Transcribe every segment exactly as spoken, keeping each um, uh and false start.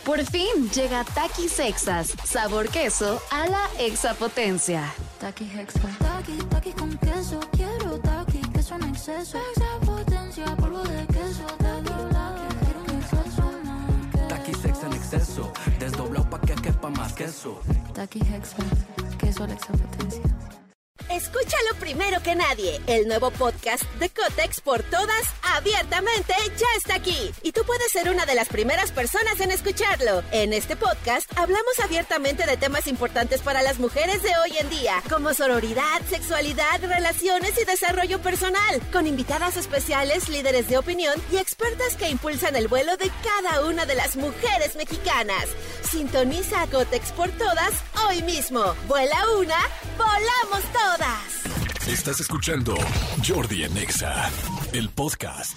Por fin llega Takis Exas, sabor queso a la exapotencia. Takis Hexa. Takis, Takis con queso, quiero Takis, queso en exceso. Exapotencia, polvo de queso, Takis, quiero un exceso más. Takis Hexa en exceso, desdoblado pa' que quepa más queso. Takis Hexa, queso a la exapotencia. Escúchalo primero que nadie. El nuevo podcast de Cotex por todas, abiertamente, ya está aquí. Y tú puedes ser una de las primeras personas en escucharlo. En este podcast hablamos abiertamente de temas importantes para las mujeres de hoy en día, como sororidad, sexualidad, relaciones y desarrollo personal, con invitadas especiales, líderes de opinión y expertas que impulsan el vuelo de cada una de las mujeres mexicanas. Sintoniza a Cotex por todas hoy mismo. Vuela una, volamos todas. Estás escuchando Jordi en Exa, el podcast.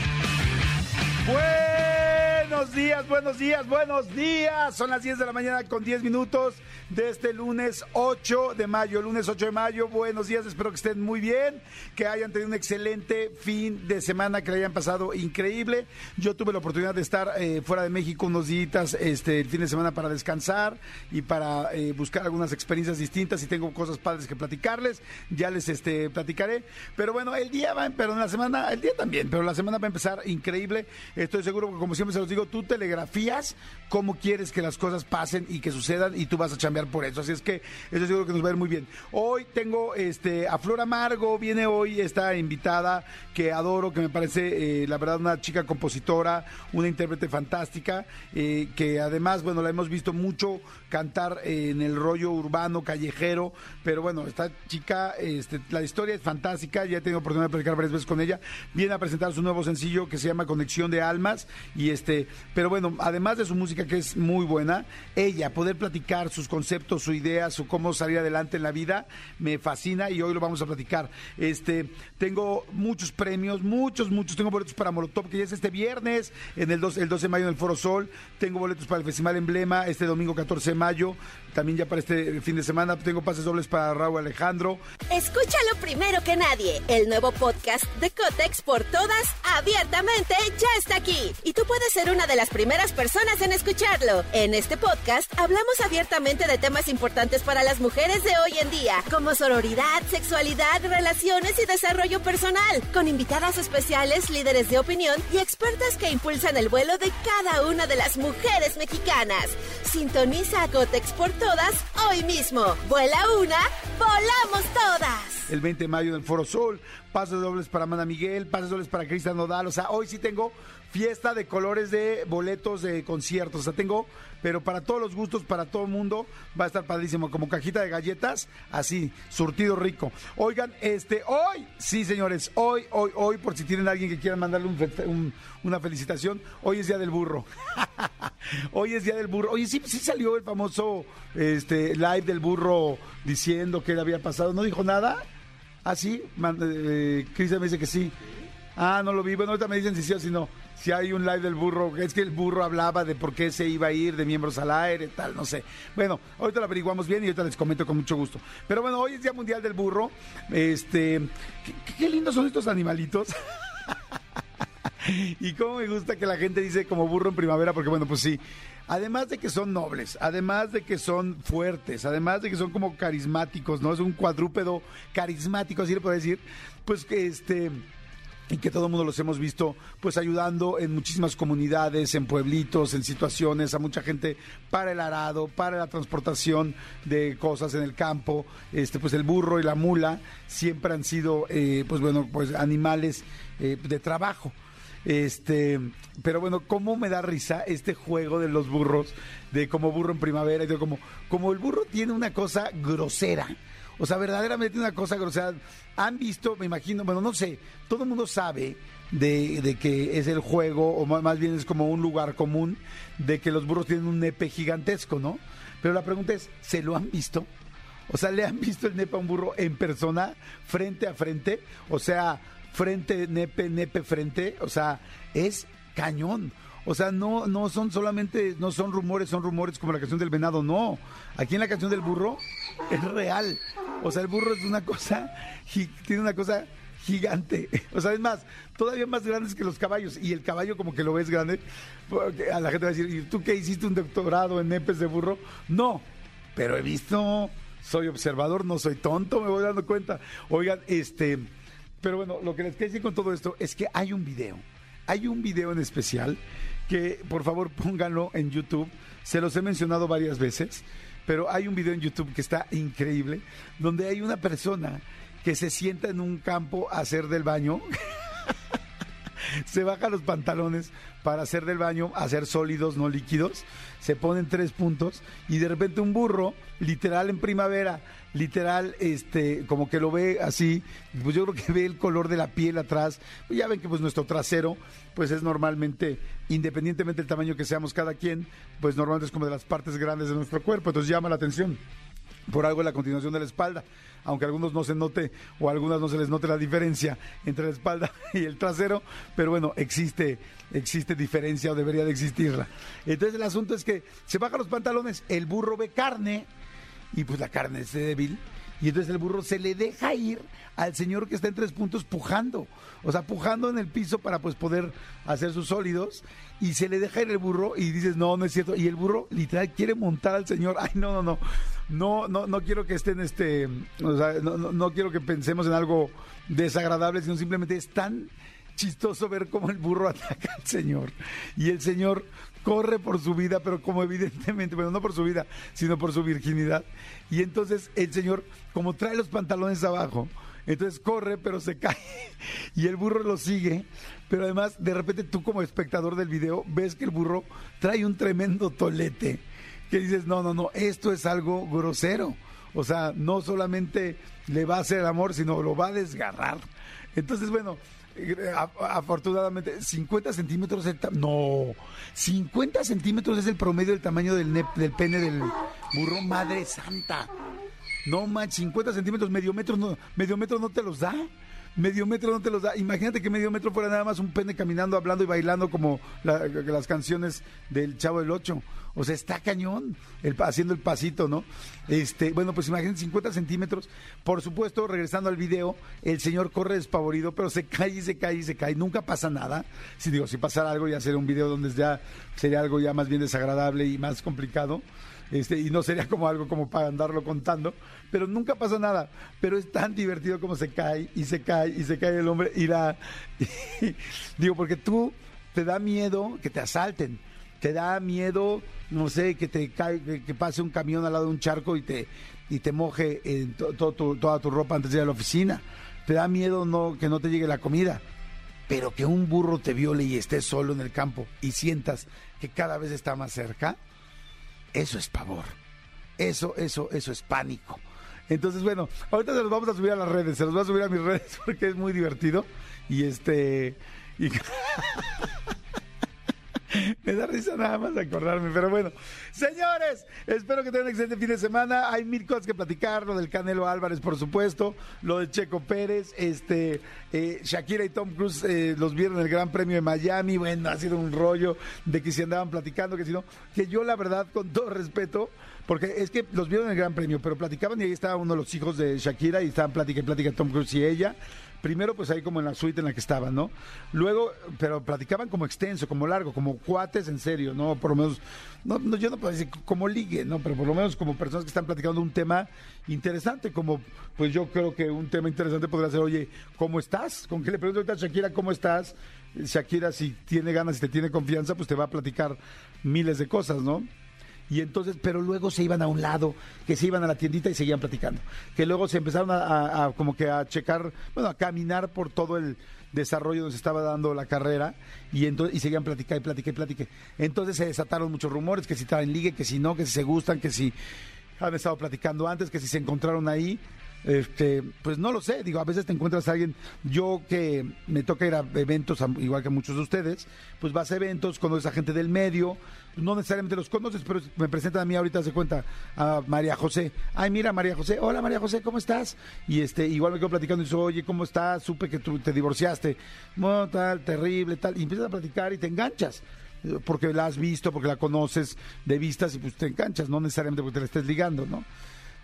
Buenos días, buenos días, buenos días. Son las diez de la mañana con diez minutos de este lunes ocho de mayo. Lunes ocho de mayo, buenos días, espero que estén muy bien, que hayan tenido un excelente fin de semana, que le hayan pasado increíble. Yo tuve la oportunidad de estar eh, fuera de México unos días este, el fin de semana para descansar y para eh, buscar algunas experiencias distintas, y tengo cosas padres que platicarles, ya les este, platicaré. Pero bueno, el día va, perdón, la semana, el día también, pero la semana va a empezar increíble. Estoy seguro que, como siempre se los digo, tú telegrafías cómo quieres que las cosas pasen y que sucedan, y tú vas a chambear por eso. Así es que estoy seguro que nos va a ir muy bien. Hoy tengo este, a Flor Amargo, viene hoy esta invitada que adoro, que me parece, eh, la verdad, una chica compositora, una intérprete fantástica, eh, que además, bueno, la hemos visto mucho cantar eh, en el rollo urbano, callejero, pero bueno, esta chica, este, la historia es fantástica, ya he tenido oportunidad de platicar varias veces con ella. Viene a presentar su nuevo sencillo que se llama Conexión de Almas, y este, pero bueno, además de su música, que es muy buena, ella, poder platicar sus conceptos, su idea, su cómo salir adelante en la vida, me fascina, y hoy lo vamos a platicar. Este, tengo muchos premios, muchos, muchos, tengo boletos para Molotov, que ya es este viernes, en el, dos, el doce de mayo en el Foro Sol, tengo boletos para el Festival Emblema, este domingo catorce de mayo, también ya para este fin de semana, tengo pases dobles para Raúl Alejandro. Escúchalo primero que nadie, el nuevo podcast de Cotex por todas, abiertamente, ya está aquí. Y tú puedes ser una de las primeras personas en escucharlo. En este podcast hablamos abiertamente de temas importantes para las mujeres de hoy en día, como sororidad, sexualidad, relaciones y desarrollo personal, con invitadas especiales, líderes de opinión y expertas que impulsan el vuelo de cada una de las mujeres mexicanas. Sintoniza a Cotex por todas hoy mismo. Vuela una, volamos todas. El veinte de mayo en el Foro Sol, pases dobles para Amanda Miguel, pases dobles para Cristian Nodal. O sea, hoy sí tengo fiesta de colores de boletos de conciertos. O sea, tengo, pero para todos los gustos, para todo el mundo, va a estar padrísimo, como cajita de galletas, así, surtido rico. Oigan, este, hoy, sí, señores, hoy, hoy, hoy, por si tienen a alguien que quiera mandarle un, un, una felicitación, hoy es Día del Burro. Hoy es Día del Burro. Oye, sí, sí salió el famoso este, live del burro diciendo que le había pasado. ¿No dijo nada? ¿Ah, sí? Eh, Cristian me dice que sí. Ah, no lo vi. Bueno, ahorita me dicen si sí o si no. Si hay un live del burro. Es que el burro hablaba de por qué se iba a ir de miembros al aire, tal, no sé. Bueno, ahorita lo averiguamos bien y ahorita les comento con mucho gusto. Pero bueno, hoy es Día Mundial del Burro. Este, qué, qué lindos son estos animalitos. Y cómo me gusta que la gente dice como burro en primavera, porque bueno, pues sí, además de que son nobles, además de que son fuertes, además de que son como carismáticos, ¿no? Es un cuadrúpedo carismático, así le puedo decir, pues que este... y que todo el mundo los hemos visto pues ayudando en muchísimas comunidades, en pueblitos, en situaciones, a mucha gente para el arado, para la transportación de cosas en el campo. Este, pues el burro y la mula siempre han sido eh, pues bueno, pues animales eh, de trabajo. Este, pero bueno, cómo me da risa este juego de los burros, de como burro en primavera, y de como, como el burro tiene una cosa grosera. O sea, verdaderamente una cosa grosera. Han visto, me imagino, bueno, no sé, todo el mundo sabe de, de que es el juego, o más bien es como un lugar común, de que los burros tienen un nepe gigantesco, ¿no? Pero la pregunta es, ¿se lo han visto? O sea, ¿le han visto el nepe a un burro en persona, frente a frente? O sea, frente, nepe, nepe, frente. O sea, es cañón. O sea, no, no son solamente, no son rumores, son rumores como la canción del venado, no. Aquí en la canción del burro es real. O sea, el burro es una cosa, tiene una cosa gigante. O sea, es más, todavía más grandes que los caballos. Y el caballo como que lo ves grande. Porque a la gente va a decir, ¿y tú qué hiciste un doctorado en nepes de burro? No, pero he visto, soy observador, no soy tonto, me voy dando cuenta. Oigan, este, pero bueno, lo que les quiero decir con todo esto es que hay un video. Hay un video en especial que, por favor, pónganlo en YouTube. Se los he mencionado varias veces, pero hay un video en YouTube que está increíble, donde hay una persona que se sienta en un campo a hacer del baño, se baja los pantalones para hacer del baño, hacer sólidos, no líquidos, se ponen tres puntos y de repente un burro, literal en primavera, literal, este, como que lo ve así, pues yo creo que ve el color de la piel atrás. Ya ven que pues nuestro trasero, pues es normalmente, independientemente del tamaño que seamos cada quien, pues normalmente es como de las partes grandes de nuestro cuerpo, entonces llama la atención. Por algo en la continuación de la espalda, aunque a algunos no se note o a algunas no se les note la diferencia entre la espalda y el trasero, pero bueno, existe, existe diferencia o debería de existirla. Entonces el asunto es que se bajan los pantalones, el burro ve carne y pues la carne es débil y entonces el burro se le deja ir al señor que está en tres puntos pujando, o sea, pujando en el piso para pues poder hacer sus sólidos y se le deja ir el burro y dices, no, no es cierto, y el burro literal quiere montar al señor. Ay, no, no, no, no, no, no quiero que estén, este, o sea, no, no, no quiero que pensemos en algo desagradable, sino simplemente es tan chistoso ver cómo el burro ataca al señor y el señor corre por su vida, pero como evidentemente, bueno, no por su vida, sino por su virginidad. Y entonces el señor, como trae los pantalones abajo, entonces corre, pero se cae y el burro lo sigue, pero además de repente tú como espectador del video ves que el burro trae un tremendo tolete, que dices, no, no, no, esto es algo grosero. O sea, no solamente le va a hacer el amor, sino lo va a desgarrar. Entonces, bueno, afortunadamente, cincuenta centímetros, el ta- no, cincuenta centímetros es el promedio del tamaño del, ne- del pene del burro, madre santa. No manches, cincuenta centímetros, medio metro, no, medio metro no te los da. Medio metro no te los da. Imagínate que medio metro fuera nada más un pene caminando, hablando y bailando como la, las canciones del Chavo del Ocho. O sea, está cañón el, haciendo el pasito, ¿no? Este, bueno, pues imagínate cincuenta centímetros. Por supuesto, regresando al video, el señor corre despavorido, pero se cae y se cae y se cae. Nunca pasa nada. Si digo, si pasara algo, ya sería un video donde ya sería algo ya más bien desagradable y más complicado. Este, y no sería como algo como para andarlo contando, pero nunca pasa nada. Pero es tan divertido como se cae y se cae y se cae el hombre y la y, digo, porque tú te da miedo que te asalten, te da miedo, no sé, que te cae, que, que pase un camión al lado de un charco y te y te moje en to, to, to, toda tu ropa antes de ir a la oficina, te da miedo no que no te llegue la comida, pero que un burro te viole y estés solo en el campo y sientas que cada vez está más cerca. Eso es pavor, eso, eso, eso es pánico. Entonces, bueno, ahorita se los vamos a subir a las redes, se los voy a subir a mis redes porque es muy divertido. Y este... Y... me da risa nada más acordarme, pero bueno. Señores, espero que tengan un excelente fin de semana. Hay mil cosas que platicar, lo del Canelo Álvarez, por supuesto, lo de Checo Pérez, este eh, Shakira y Tom Cruise eh, los vieron en el Gran Premio de Miami. Bueno, ha sido un rollo de que si andaban platicando, que si no, que yo la verdad, con todo respeto, porque es que los vieron en el Gran Premio, pero platicaban y ahí estaba uno de los hijos de Shakira y estaban plática y plática Tom Cruise y ella. Primero, pues ahí como en la suite en la que estaban, ¿no? Luego, pero platicaban como extenso, como largo, como cuates en serio, ¿no? Por lo menos, no, no yo no puedo decir como ligue, ¿no? Pero por lo menos como personas que están platicando un tema interesante, como, pues yo creo que un tema interesante podría ser, oye, ¿cómo estás? Con que le pregunto ahorita a Shakira, ¿cómo estás? Shakira, si tiene ganas, si te tiene confianza, pues te va a platicar miles de cosas, ¿no? Y entonces, pero luego se iban a un lado, que se iban a la tiendita y seguían platicando. Que luego se empezaron a, a, a como que a checar, bueno, a caminar por todo el desarrollo donde se estaba dando la carrera y entonces y seguían platicando y platicando y platicando. Entonces se desataron muchos rumores, que si estaban en ligue, que si no, que si se gustan, que si han estado platicando antes, que si se encontraron ahí. Este, pues no lo sé, digo, a veces te encuentras a alguien, yo que me toca ir a eventos, igual que muchos de ustedes, pues vas a eventos, conoces a gente del medio, no necesariamente los conoces, pero me presentan a mí ahorita, se cuenta, a María José. Ay, mira, María José, hola María José, ¿cómo estás? Y este, igual me quedo platicando y digo, oye, ¿cómo estás? Supe que tú te divorciaste, no, tal, terrible, tal, y empiezas a platicar y te enganchas. Porque la has visto, porque la conoces de vistas y pues te enganchas, no necesariamente porque te la estés ligando, ¿no?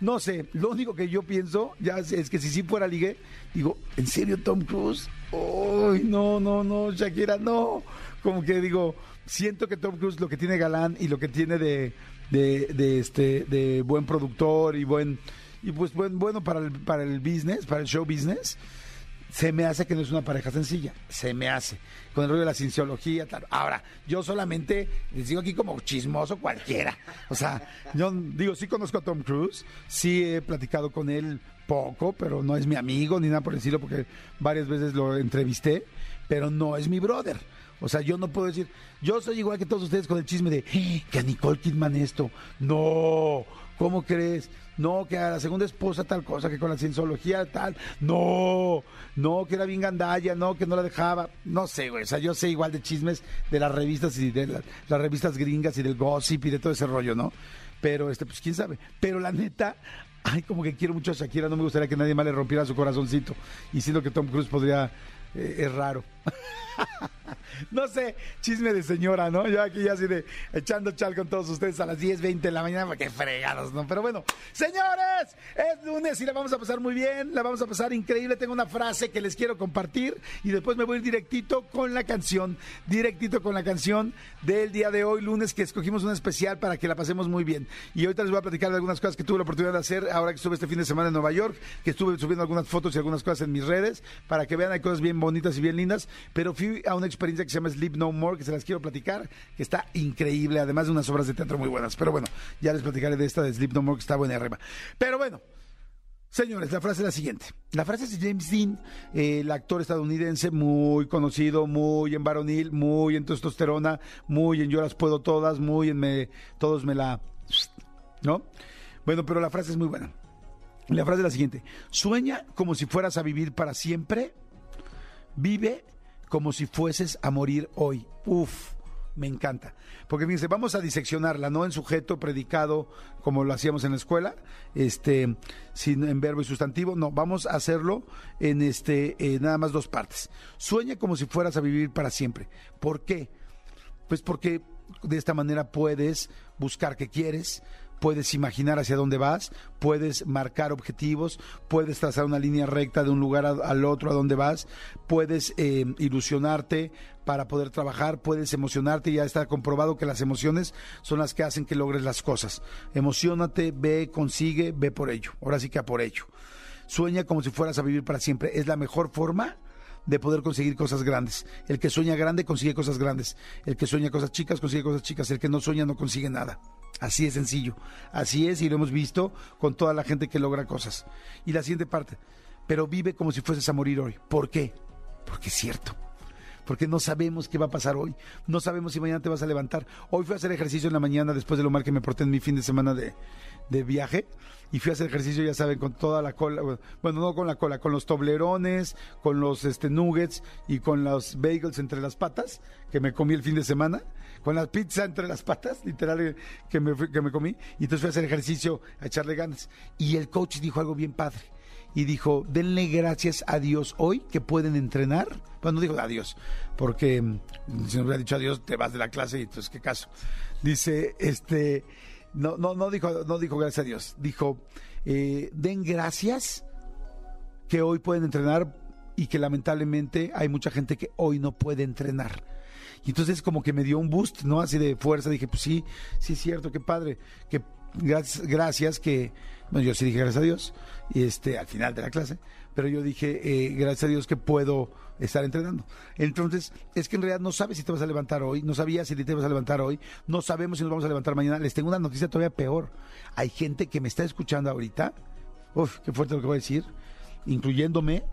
No sé, lo único que yo pienso ya es, es que si sí fuera ligue, digo, ¿en serio Tom Cruise? ¡Uy, no, no, no, Shakira, no! Como que digo, siento que Tom Cruise lo que tiene galán y lo que tiene de, de, de este, de buen productor y buen, y pues buen, bueno para el, para el business, para el show business, se me hace que no es una pareja sencilla, se me hace, con el rollo de la cienciología, claro. Ahora, yo solamente les digo aquí como chismoso cualquiera, o sea, yo digo, sí conozco a Tom Cruise, sí he platicado con él poco, pero no es mi amigo ni nada por decirlo, porque varias veces lo entrevisté, pero no es mi brother. O sea, yo no puedo decir, yo soy igual que todos ustedes con el chisme de ¡eh! Que a Nicole Kidman esto, no, ¿cómo crees? No, que a la segunda esposa tal cosa, que con la cienciología tal, no, no, que era bien gandalla, no, que no la dejaba, no sé, güey, o sea, yo sé igual de chismes de las revistas y de la, las revistas gringas y del gossip y de todo ese rollo, ¿no? Pero, este, pues, quién sabe, pero la neta, ay, como que quiero mucho a Shakira, no me gustaría que nadie más le rompiera su corazoncito, y siento que Tom Cruise podría, eh, es raro. No sé, chisme de señora, ¿no? Yo aquí ya así de echando chal con todos ustedes a las diez veinte de la mañana, porque fregados, ¿no? Pero bueno, señores, es lunes y la vamos a pasar muy bien, la vamos a pasar increíble. Tengo una frase que les quiero compartir y después me voy a ir directito con la canción, directito con la canción del día de hoy, lunes, que escogimos una especial para que la pasemos muy bien. Y ahorita les voy a platicar de algunas cosas que tuve la oportunidad de hacer ahora que estuve este fin de semana en Nueva York, que estuve subiendo algunas fotos y algunas cosas en mis redes, para que vean, hay cosas bien bonitas y bien lindas, pero fui a una experiencia que se llama Sleep No More, que se las quiero platicar, que está increíble, además de unas obras de teatro muy buenas. Pero bueno, ya les platicaré de esta de Sleep No More, que está buena arriba. Pero bueno, señores, la frase es la siguiente. La frase es de James Dean, eh, el actor estadounidense muy conocido, muy en varonil, muy en testosterona, muy en yo las puedo todas, muy en me, todos me la... ¿no? Bueno, pero la frase es muy buena. La frase es la siguiente. Sueña como si fueras a vivir para siempre. Vive como si fueses a morir hoy. Uf, me encanta. Porque fíjense, vamos a diseccionarla, no en sujeto, predicado, como lo hacíamos en la escuela, este, sin, en verbo y sustantivo, no, vamos a hacerlo en este, eh, nada más dos partes. Sueña como si fueras a vivir para siempre. ¿Por qué? Pues porque de esta manera puedes buscar qué quieres, puedes imaginar hacia dónde vas, puedes marcar objetivos, puedes trazar una línea recta de un lugar a, al otro a donde vas, puedes eh, ilusionarte para poder trabajar, puedes emocionarte, y ya está comprobado que las emociones son las que hacen que logres las cosas. Emociónate, ve, consigue, ve por ello. Ahora sí que a por ello. Sueña como si fueras a vivir para siempre. Es la mejor forma de poder conseguir cosas grandes. El que sueña grande consigue cosas grandes. El que sueña cosas chicas consigue cosas chicas. El que no sueña no consigue nada. Así es sencillo. Así es, y lo hemos visto con toda la gente que logra cosas. Y la siguiente parte. Pero vive como si fueses a morir hoy. ¿Por qué? Porque es cierto. Porque no sabemos qué va a pasar hoy. No sabemos si mañana te vas a levantar. Hoy fui a hacer ejercicio en la mañana después de lo mal que me porté en mi fin de semana de, de viaje. Y fui a hacer ejercicio, ya saben, con toda la cola. Bueno, no con la cola, con los toblerones, con los este, nuggets y con los bagels entre las patas que me comí el fin de semana. Con la pizza entre las patas, literal, que me, que me comí. Y entonces fui a hacer ejercicio, a echarle ganas. Y el coach dijo algo bien padre. Y dijo, denle gracias a Dios hoy que pueden entrenar. Bueno, no dijo adiós, porque si no hubiera dicho adiós, te vas de la clase y entonces, ¿qué caso? Dice, este, no, no, no dijo, no dijo gracias a Dios. Dijo, eh, den gracias que hoy pueden entrenar y que lamentablemente hay mucha gente que hoy no puede entrenar. Y entonces como que me dio un boost, ¿no? Así de fuerza. Dije, pues sí, sí es cierto, qué padre. Que gracias, gracias que... Bueno, yo sí dije gracias a Dios, y este, al final de la clase, pero yo dije, eh, gracias a Dios que puedo estar entrenando. Entonces, es que en realidad no sabes si te vas a levantar hoy, no sabías si te vas a levantar hoy, no sabemos si nos vamos a levantar mañana. Les tengo una noticia todavía peor. Hay gente que me está escuchando ahorita, uf, qué fuerte lo que voy a decir, incluyéndome,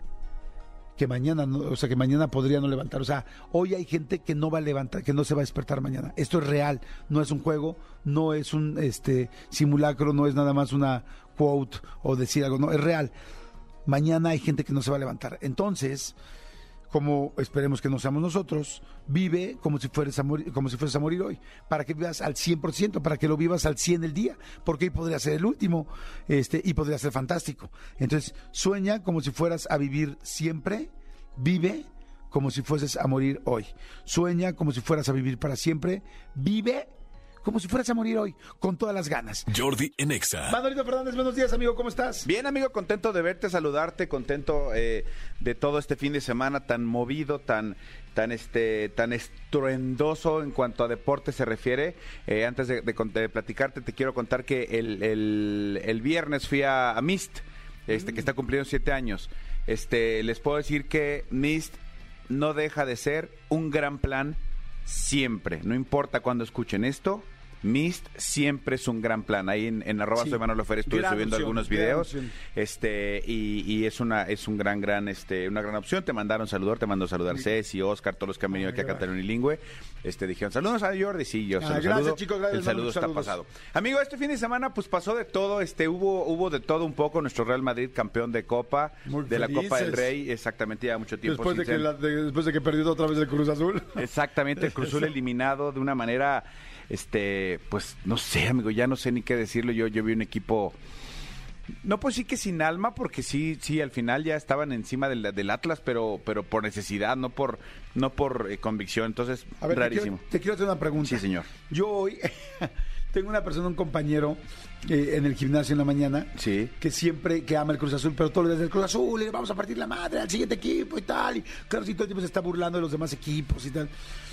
que mañana, no, o sea, que mañana podría no levantar. O sea, hoy hay gente que no va a levantar, que no se va a despertar mañana. Esto es real, no es un juego, no es un este simulacro, no es nada más una quote o decir algo, no, es real. Mañana hay gente que no se va a levantar. Entonces, como esperemos que no seamos nosotros, vive como si fueras a morir, como si fueras a morir hoy, para que vivas al cien por ciento, para que lo vivas al cien el día, porque hoy podría ser el último, este, y podría ser fantástico. Entonces, sueña como si fueras a vivir siempre, vive como si fueses a morir hoy. Sueña como si fueras a vivir para siempre, vive como si fueras a morir hoy, con todas las ganas. Jordi en Exa. Manolito Fernández, buenos días, amigo, ¿cómo estás? Bien, amigo, contento de verte, saludarte, contento eh, de todo este fin de semana tan movido, tan tan este tan estruendoso en cuanto a deporte se refiere. Eh, antes de, de, de platicarte, te quiero contar que el, el, el viernes fui a, a Mist, este, mm. que está cumpliendo siete años. Este, les puedo decir que Mist no deja de ser un gran plan siempre, no importa cuándo escuchen esto. Mist siempre es un gran plan. Ahí en, en arroba sí. soy Manolo Fer estuve Gran subiendo opción, algunos videos. Este, y, y es una, es un gran, gran, este, una gran opción. Te mandaron saludar, te mandó saludar sí. Ceci, Oscar, todos los que han venido aquí a Cataluña Lingüe. Este, dijeron saludos a Jordi, sí, yo ah, se los gracias, saludo. chicos, gracias, el saludo está saludos. pasado. Amigo, este fin de semana pues pasó de todo, este, hubo, hubo de todo un poco. Nuestro Real Madrid campeón de Copa, Muy de felices. la Copa del Rey, exactamente, ya mucho tiempo. Después de, que ser... la, de, después de que perdió otra vez el Cruz Azul. Exactamente, el Cruz Azul eliminado de una manera, este, pues no sé, amigo, ya no sé ni qué decirlo. Yo, yo vi un equipo, no puedo decir que sin alma, porque sí, sí, al final ya estaban encima del, del Atlas, pero, pero por necesidad, no por, no por eh, convicción. Entonces, a ver, rarísimo. Te quiero, te quiero hacer una pregunta. Sí, señor. Yo hoy tengo una persona, un compañero eh, en el gimnasio en la mañana, sí. que siempre, que ama el Cruz Azul, pero todos los días del Cruz Azul, y vamos a partir la madre al siguiente equipo y tal, y claro, sí, todo el tiempo se está burlando de los demás equipos y tal.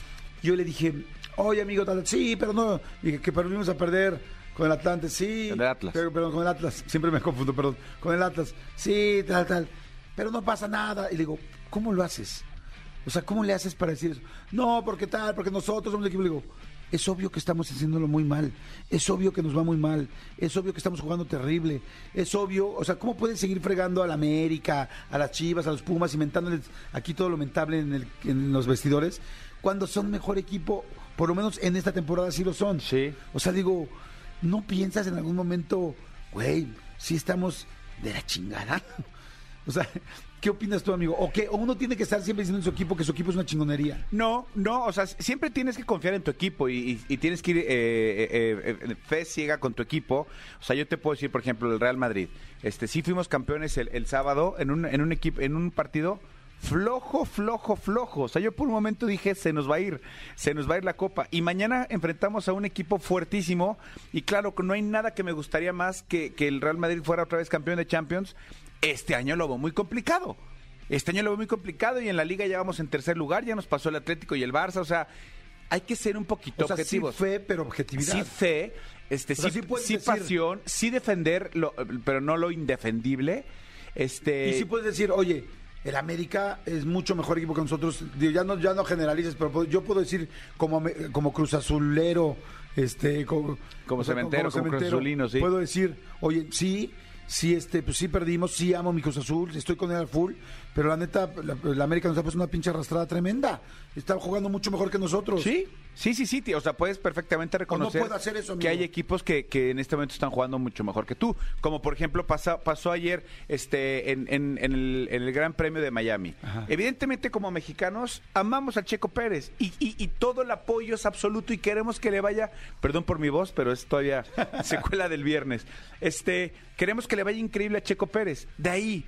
Yo le dije, oye, amigo, tal, sí, pero no, dije que perdimos a perder con el Atlante, sí. Con el Atlas. Pero, perdón, con el Atlas, siempre me confundo, perdón, con el Atlas, sí, tal, tal, pero no pasa nada. Y le digo, ¿cómo lo haces? O sea, ¿cómo le haces para decir eso? No, porque tal, porque nosotros somos el equipo. Le digo, es obvio que estamos haciéndolo muy mal, es obvio que nos va muy mal, es obvio que estamos jugando terrible, es obvio, o sea, ¿cómo pueden seguir fregando a la América, a las Chivas, a los Pumas, inventándoles aquí todo lo mentable en, el, en los vestidores, cuando son mejor equipo, por lo menos en esta temporada sí lo son? Sí. O sea, digo, ¿no piensas en algún momento, güey, sí estamos de la chingada? O sea, ¿qué opinas tú, amigo? ¿O que uno tiene que estar siempre diciendo en su equipo que su equipo es una chingonería? No, no, o sea, siempre tienes que confiar en tu equipo y, y, y tienes que ir eh, eh, eh, fe ciega con tu equipo. O sea, yo te puedo decir, por ejemplo, el Real Madrid. Este, sí fuimos campeones el, el sábado en un, en un equipo, en un partido flojo, flojo, flojo. O sea, yo por un momento dije, se nos va a ir, se nos va a ir la copa. Y mañana enfrentamos a un equipo fuertísimo. Y claro, que no hay nada que me gustaría más que, que el Real Madrid fuera otra vez campeón de Champions. Este año lo veo muy complicado. Este año lo veo muy complicado y en la liga ya vamos en tercer lugar. Ya nos pasó el Atlético y el Barça. O sea, hay que ser un poquito o sea, objetivos. Sí fe, pero objetividad. Sí fe, este, o sea, sí, sí, sí decir... pasión, sí defender, lo, pero no lo indefendible. Este... Y sí puedes decir, oye, el América es mucho mejor equipo que nosotros. Digo, ya no, ya no generalices, pero yo puedo decir como, como Cruz Azulero, este, como, como o sea, cementero, como, como Cruz Azulino, sí. Puedo decir, oye, sí, sí, este, pues sí perdimos, sí amo mi Cruz Azul, estoy con él al full, pero la neta, la, la América nos ha puesto una pinche arrastrada tremenda. Está jugando mucho mejor que nosotros. Sí, sí, sí, sí, tío. O sea, puedes perfectamente reconocer no puedo hacer eso, que hay equipos que, que en este momento están jugando mucho mejor que tú. Como por ejemplo pasa, pasó ayer este en, en, en, el, en el Gran Premio de Miami. Ajá. Evidentemente, como mexicanos, amamos a Checo Pérez y, y, y todo el apoyo es absoluto y queremos que le vaya, perdón por mi voz, pero es todavía secuela del viernes. Este, queremos que le vaya increíble a Checo Pérez. De ahí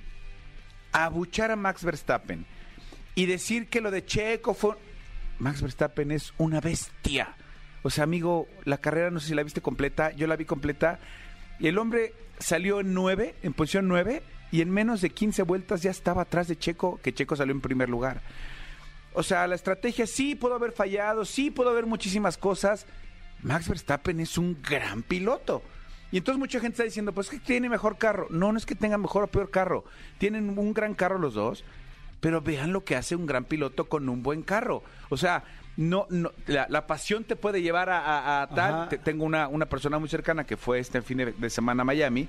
a abuchar a Max Verstappen y decir que lo de Checo fue... Max Verstappen es una bestia. O sea, amigo, la carrera no sé si la viste completa, yo la vi completa, y el hombre salió en nueve, en posición nueve, y en menos de quince vueltas ya estaba atrás de Checo, que Checo salió en primer lugar. O sea, la estrategia sí pudo haber fallado, sí pudo haber muchísimas cosas. Max Verstappen es un gran piloto. Y entonces mucha gente está diciendo, pues que tiene mejor carro. No, no es que tenga mejor o peor carro. Tienen un gran carro los dos, pero vean lo que hace un gran piloto con un buen carro. O sea, no, no la, la pasión te puede llevar a, a, a tal. Te, tengo una, una persona muy cercana que fue este fin de, de semana a Miami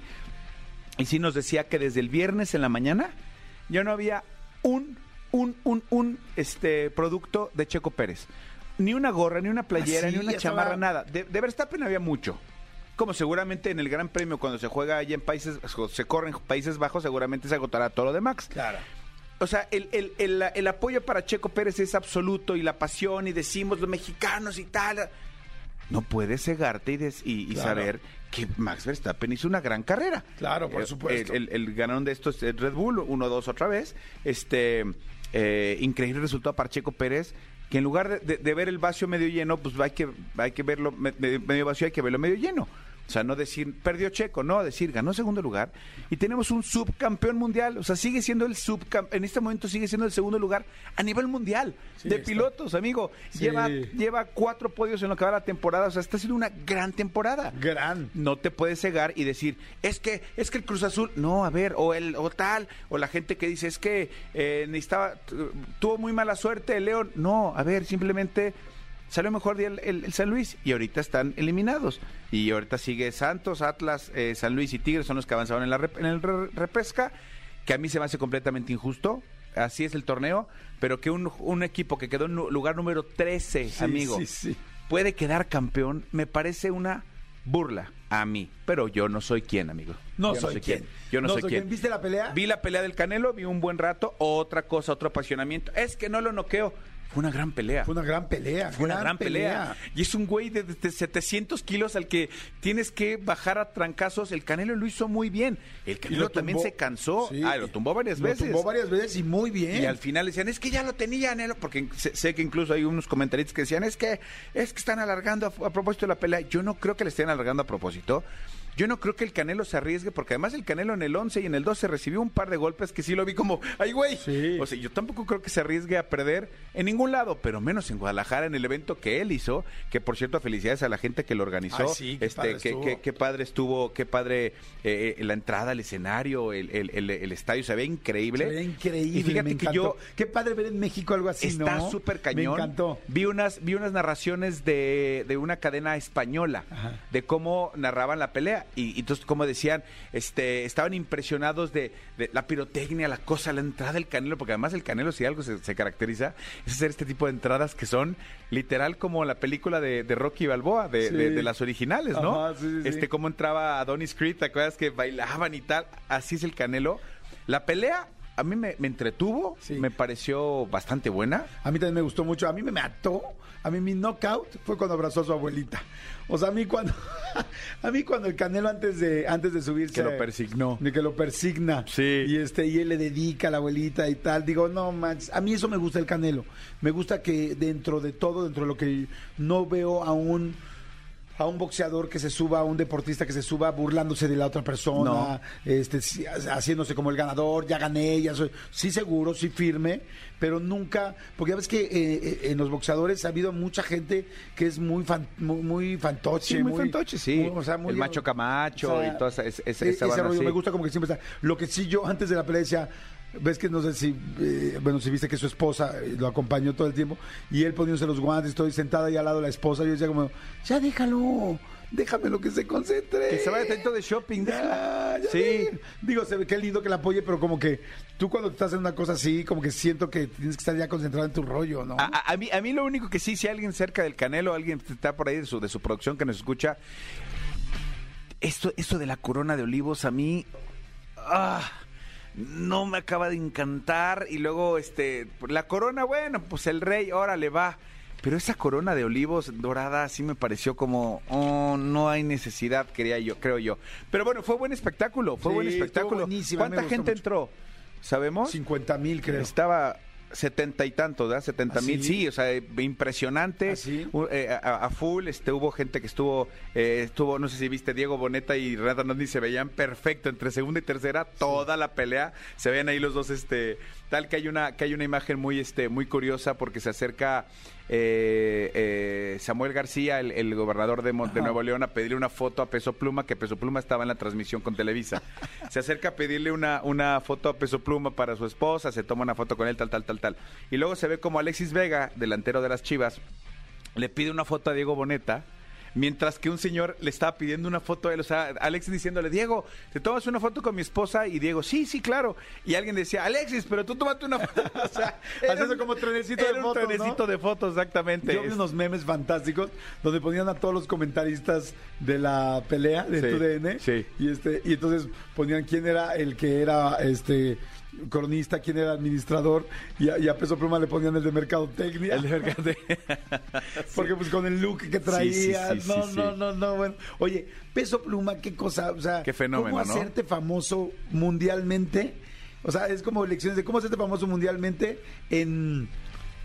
y sí nos decía que desde el viernes en la mañana ya no había un, un, un, un este producto de Checo Pérez. Ni una gorra, ni una playera, ¿Ah, sí? ni una chamarra, nada. De, de Verstappen había mucho. Como seguramente en el Gran Premio, cuando se juega allá en países, se corre en Países Bajos, seguramente se agotará todo lo de Max. Claro. O sea, el, el, el, el apoyo para Checo Pérez es absoluto y la pasión y decimos los mexicanos y tal. No puedes cegarte y, des, y, y claro. saber que Max Verstappen hizo una gran carrera. Claro, por supuesto. El, el, el ganador de esto es Red Bull, uno dos otra vez. Este, eh, increíble resultado para Checo Pérez. que en lugar de, de, de ver el vaso medio lleno, pues hay que, hay que verlo me, medio vacío, hay que verlo medio lleno. O sea, no decir, perdió Checo, no, decir, ganó segundo lugar y tenemos un subcampeón mundial. O sea, sigue siendo el subcampeón, en este momento sigue siendo el segundo lugar a nivel mundial Sí, de está. pilotos, amigo. Sí. Lleva, lleva cuatro podios en lo que va la temporada. O sea, está siendo una gran temporada. Gran. No te puedes cegar y decir, es que, es que el Cruz Azul, no, a ver, o el, o tal, o la gente que dice, es que eh, necesitaba, tuvo muy mala suerte el León. No, a ver, simplemente salió mejor día el, el, el San Luis y ahorita están eliminados. Y ahorita sigue Santos, Atlas, eh, San Luis y Tigres son los que avanzaron en la rep, en el re, repesca, que a mí se me hace completamente injusto. Así es el torneo, pero que un, un equipo que quedó en lugar número trece, Sí, amigo, sí, sí. puede quedar campeón, me parece una burla a mí. Pero yo no soy quien, amigo. No Yo soy quien. Yo no, No soy soy quien. quien. ¿Viste la pelea? Vi la pelea del Canelo, vi un buen rato. Otra cosa, otro apasionamiento. Es que no lo noqueo. Fue una gran pelea. Fue una gran pelea. Fue una gran pelea. Y es un güey de, de setecientos kilos al que tienes que bajar a trancazos. El Canelo lo hizo muy bien. El Canelo lo también tumbó. se cansó. Sí. Ah, lo tumbó varias Lo veces. tumbó varias veces y muy bien. Y al final decían, es que ya lo tenía Canelo, porque sé, sé que incluso hay unos comentaristas que decían, es que es que están alargando a, a propósito de la pelea. Yo no creo que le estén alargando a propósito. Yo no creo que el Canelo se arriesgue, porque además el Canelo en el once y en el doce recibió un par de golpes que sí lo vi como, ¡ay, güey! Sí. O sea, yo tampoco creo que se arriesgue a perder en ningún lado, pero menos en Guadalajara, en el evento que él hizo, que por cierto, felicidades a la gente que lo organizó. Ay, sí, qué este, padre qué, estuvo. qué- qué padre estuvo, qué padre eh, eh, la entrada al escenario, el, el- el- el estadio, se ve increíble. Se ve increíble. Y fíjate me que encantó. yo... Qué padre ver en México algo así, ¿no? Está súper cañón. Me encantó. Vi unas, vi unas narraciones de, de una cadena española, Ajá. de cómo narraban la pelea. Y, y entonces, como decían, este, estaban impresionados de, de la pirotecnia, la cosa, la entrada del Canelo, porque además el Canelo, si algo se, se caracteriza, es hacer este tipo de entradas que son literal como la película de, de Rocky Balboa, de, Sí. de- de las originales, ¿no? Ajá, sí, sí, sí. Este, cómo entraba Adonis Creed, ¿te acuerdas que bailaban y tal? Así es el Canelo. La pelea a mí me, me entretuvo, Sí. me pareció bastante buena. A mí también me gustó mucho. A mí me mató. A mí mi knockout fue cuando abrazó a su abuelita. O sea, a mí cuando a mí cuando el Canelo antes de antes de subirse Que lo persignó. de que lo persigna. Sí. Y este y él le dedica a la abuelita y tal. Digo, no manches, a mí eso me gusta el Canelo. Me gusta que dentro de todo, dentro de lo que no veo a un a un boxeador que se suba, a un deportista que se suba burlándose de la otra persona, No. este, sí, haciéndose como el ganador, ya gané, ya soy, sí seguro, sí firme, pero nunca, porque ya ves que eh, eh, en los boxeadores ha habido mucha gente que es muy fan, muy, muy fantoche, Sí, muy fantoche, sí. muy- o sea, muy- El Macho Camacho o sea, y toda esa, esa, esa, e- esa ese banda rollo así. me gusta como que siempre está. Lo que sí yo antes de la pelea decía, ves que no sé si, eh, bueno, si viste que su esposa eh, lo acompañó todo el tiempo y él poniéndose los guantes, estoy sentada ahí al lado de la esposa, yo decía como, ya déjalo, déjamelo que se concentre. Que se vaya atento de shopping, déjala. Ya, ya Sí. ve. Digo, se ve qué lindo que la apoye, pero como que tú cuando te estás en una cosa así, como que siento que tienes que estar ya concentrado en tu rollo, ¿no? A, a- a mí, a mí lo único que sí, si alguien cerca del Canelo, alguien que está por ahí de su, de su producción que nos escucha, esto, esto de la corona de olivos a mí ah, no me acaba de encantar. Y luego, este, la corona, bueno, pues el rey, órale, va. Pero esa corona de olivos dorada sí me pareció como, oh, no hay necesidad, quería yo, creo yo. Pero bueno, fue buen espectáculo, fue Sí, buen estuvo espectáculo. buenísima, me ¿Cuánta gustó gente mucho. entró? ¿Sabemos? cincuenta mil, creo. Estaba setenta y tantos, ¿verdad? Setenta ¿Ah, mil, sí? sí, o sea, eh, impresionante. ¿Ah, sí? U- eh, a, a full, este, hubo gente que estuvo, eh, estuvo, no sé si viste, Diego Boneta y Renata Nandi se veían perfecto entre segunda y tercera, toda la pelea, se ven ahí los dos, este, tal que hay una, que hay una imagen muy, este, muy curiosa porque se acerca eh, eh, Samuel García, el, el gobernador de, Mo- de Nuevo León, a pedirle una foto a Peso Pluma, que Peso Pluma estaba en la transmisión con Televisa. Se acerca a pedirle una, una foto a Peso Pluma para su esposa, se toma una foto con él, tal, tal, tal, tal. Y luego se ve como Alexis Vega, delantero de las Chivas, le pide una foto a Diego Boneta, mientras que un señor le estaba pidiendo una foto a él, o sea, Alexis diciéndole, Diego, ¿te tomas una foto con mi esposa? Y Diego, sí, sí, claro. Y alguien decía, Alexis, pero tú tómate una foto. O sea, era Haciendo un- como trenecito de era un fotos, ¿no? trenecito de fotos, exactamente. Yo vi unos memes fantásticos donde ponían a todos los comentaristas de la pelea de Sí, tu D N sí. y este y entonces ponían quién era el que era este cronista, quién era administrador y a, y a Peso Pluma le ponían el de mercadotecnia. El de mercado- Porque pues con el look que traía, Sí, sí, sí, no, sí, no, sí. no, no, bueno. Oye, Peso Pluma, qué cosa, o sea, Qué fenómeno, ¿cómo ¿no? hacerte famoso mundialmente? O sea, es como elecciones de cómo hacerte famoso mundialmente en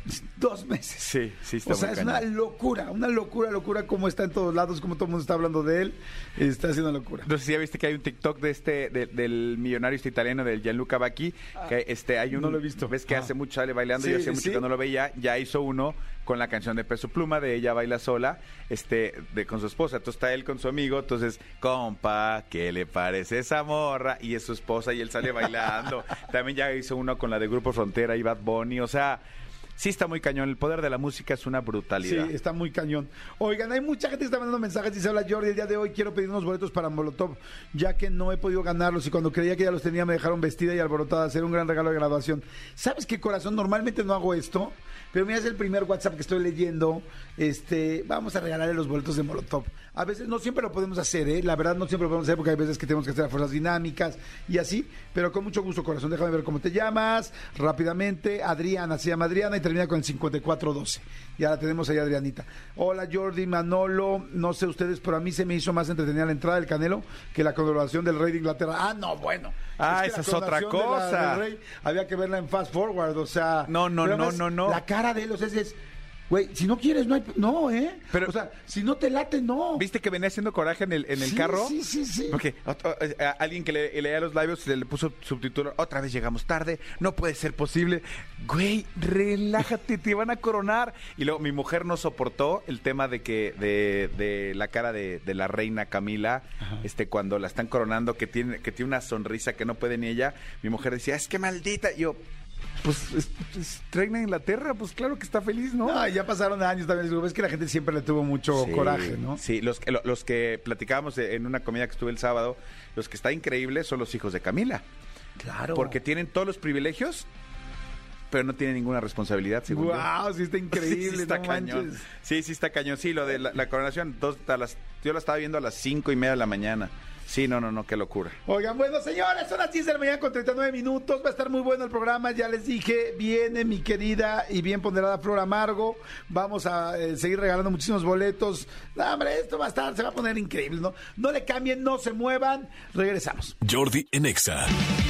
Dos meses. Sí, sí, está O sea, muy es una cañón. locura, una locura, locura, como está en todos lados, como todo el mundo está hablando de él. Está haciendo una locura. No sé si ya viste que hay un TikTok de este, de- del millonario este italiano, del Gianluca Vacchi, que este hay un, no lo he visto. ves que Ah. hace mucho sale bailando Sí, y hace sí, mucho sí. que no lo veía, ya hizo uno con la canción de Peso Pluma de Ella Baila Sola, este, de con su esposa. Entonces está él con su amigo, entonces, compa, ¿qué le parece esa morra? Y es su esposa y él sale bailando. También ya hizo uno con la de Grupo Frontera y Bad Bunny, o sea, sí está muy cañón. El poder de la música es una brutalidad. Sí, está muy cañón. Oigan, hay mucha gente que está mandando mensajes. Dice, hola Jordi, el día de hoy quiero pedir unos boletos para Molotov, ya que no he podido ganarlos y cuando creía que ya los tenía me dejaron vestida y alborotada. Será un gran regalo de graduación. ¿Sabes qué, corazón? Normalmente no hago esto, pero mira, es el primer WhatsApp que estoy leyendo. Este, vamos a regalarle los boletos de Molotov. A veces no siempre lo podemos hacer, ¿eh? La verdad no siempre lo podemos hacer porque hay veces que tenemos que hacer fuerzas dinámicas y así, pero con mucho gusto, corazón. Déjame ver cómo te llamas rápidamente. Adriana, se llama Adriana y termina con el cincuenta y cuatro doce. Ya la tenemos ahí, Adrianita. Hola, Jordi, Manolo, no sé ustedes, pero a mí se me hizo más entretenida la entrada del Canelo que la coronación del rey de Inglaterra. Ah, no, bueno. Ah, que esa la es otra coronación de la- cosa. del rey había que verla en fast forward, o sea. No, no, pero no, además, no, no. La cara de él, o sea, es... Güey, si no quieres, no hay... No, ¿eh? Pero- o sea, si no te late, no. ¿Viste que venía haciendo coraje en el, en el Sí, carro? sí, sí, sí. Porque otro- eh, a- alguien que le, leía los labios se le puso subtítulo, otra vez llegamos tarde, no puede ser posible. Güey, relájate, te van a coronar. Y luego mi mujer no soportó el tema de que de, de la cara de, de la reina Camila, este cuando la están coronando, que tiene, que tiene una sonrisa que no puede ni ella. Mi mujer decía, es que maldita. Y yo, pues, es, es reina de Inglaterra, pues claro que está feliz, ¿no? No, ya pasaron años también. Digo, ves que la gente siempre le tuvo mucho Sí, coraje, ¿no? Sí, los, que- lo- los que platicábamos en una comida que estuve el sábado, los que está increíble son los hijos de Camila. Claro. Porque tienen todos los privilegios, pero no tienen ninguna responsabilidad, según yo. Wow, sí está increíble, Sí, sí está no cañón. manches. Sí, sí está cañón. Sí, lo de la, la coronación, dos, a las, yo la estaba viendo a las cinco y media de la mañana. Sí, no, no, no, qué locura. Oigan, bueno, señores, son las diez de la mañana con treinta y nueve minutos. Va a estar muy bueno el programa. Ya les dije, viene mi querida y bien ponderada Flor Amargo. Vamos a eh, seguir regalando muchísimos boletos. No, hombre, esto va a estar, se va a poner increíble, ¿no? No le cambien, no se muevan. Regresamos. Jordi en Exa.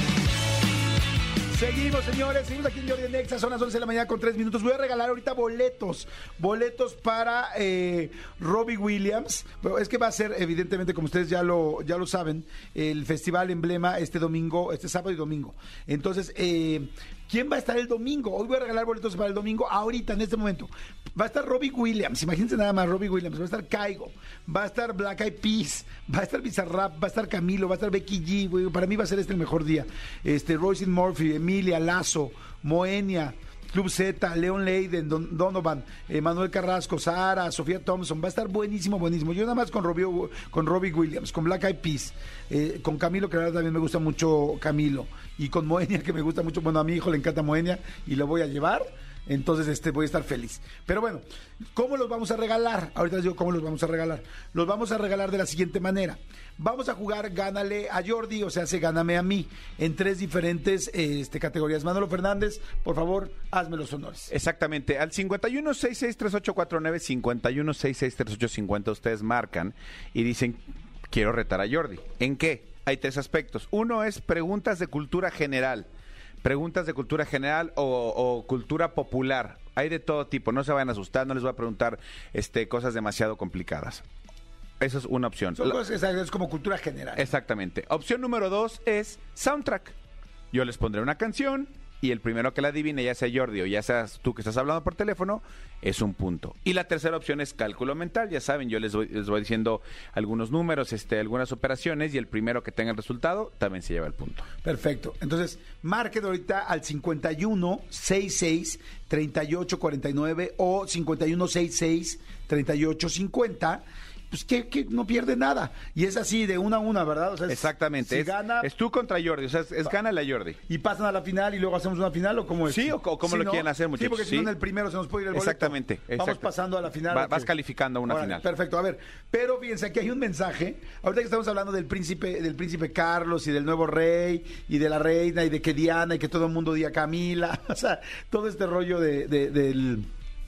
Seguimos, señores, seguimos aquí en Jordi en Exa, son las once de la mañana con tres minutos. Voy a regalar ahorita boletos, boletos para eh, Robbie Williams. Pero es que va a ser, evidentemente, como ustedes ya lo, ya lo saben, el Festival Emblema este domingo, este sábado y domingo. Entonces, eh, ¿quién va a estar el domingo? Hoy voy a regalar boletos para el domingo, ahorita, en este momento. Va a estar Robbie Williams, imagínense nada más, Robbie Williams, va a estar Caigo, va a estar Black Eyed Peas, va a estar Bizarrap, va a estar Camilo, va a estar Becky G, güey, para mí va a ser este el mejor día. Este, Royce Murphy, Emilia, Lazo, Moenia, Club Z, Leon Leiden, Don, Donovan, eh, Manuel Carrasco, Sara, Sofía Thompson, va a estar buenísimo, buenísimo. Yo nada más con Robbie, con Robbie Williams, con Black Eyed Peas, eh, con Camilo, que la verdad también me gusta mucho Camilo, y con Moenia, que me gusta mucho, bueno, a mi hijo le encanta Moenia, y lo voy a llevar. Entonces, este, voy a estar feliz. Pero bueno, ¿cómo los vamos a regalar? Ahorita les digo cómo los vamos a regalar. Los vamos a regalar de la siguiente manera. Vamos a jugar Gánale a Jordi, o sea, se Gáname a mí, en tres diferentes este, categorías. Manolo Fernández, por favor, hazme los honores. Exactamente, al cincuenta y uno, sesenta y seis, treinta y ocho cuarenta y nueve, cincuenta y uno, sesenta y seis, treinta y ocho cincuenta, ustedes marcan y dicen, quiero retar a Jordi. ¿En qué? Hay tres aspectos. Uno es preguntas de cultura general. Preguntas de cultura general o, o cultura popular. Hay de todo tipo, no se vayan a asustar, no les voy a preguntar este, cosas demasiado complicadas. Esa es una opción. Son La- cosas que es como cultura general. Exactamente. Opción número dos es soundtrack. Yo les pondré una canción y el primero que la adivine, ya sea Jordi o ya seas tú que estás hablando por teléfono, es un punto. Y la tercera opción es cálculo mental. Ya saben, yo les voy, les voy diciendo algunos números, este, algunas operaciones y el primero que tenga el resultado también se lleva el punto. Perfecto. Entonces, marquen ahorita al cincuenta y uno, sesenta y seis, treinta y ocho cuarenta y nueve o cincuenta y uno, sesenta y seis, treinta y ocho cincuenta. Pues que, que no pierde nada. Y es así, de una a una, ¿verdad? O sea, es- Exactamente. Si es, gana es tú contra Jordi, o sea, es, es gana la Jordi. y pasan a la final y luego hacemos una final, ¿o cómo es? Sí, o co- como lo quieran hacer, Sí, muchachos, porque si sí. no en el primero se nos puede ir el boleto. Exactamente, Vamos exacto. pasando a la final. Va- ¿o qué? vas calificando a una Órale, final. Perfecto, a ver. Pero fíjense, aquí hay un mensaje. Ahorita que estamos hablando del príncipe, del príncipe Carlos y del nuevo rey y de la reina y de que Diana y que todo el mundo diga Camila. O sea, todo este rollo de, de- del,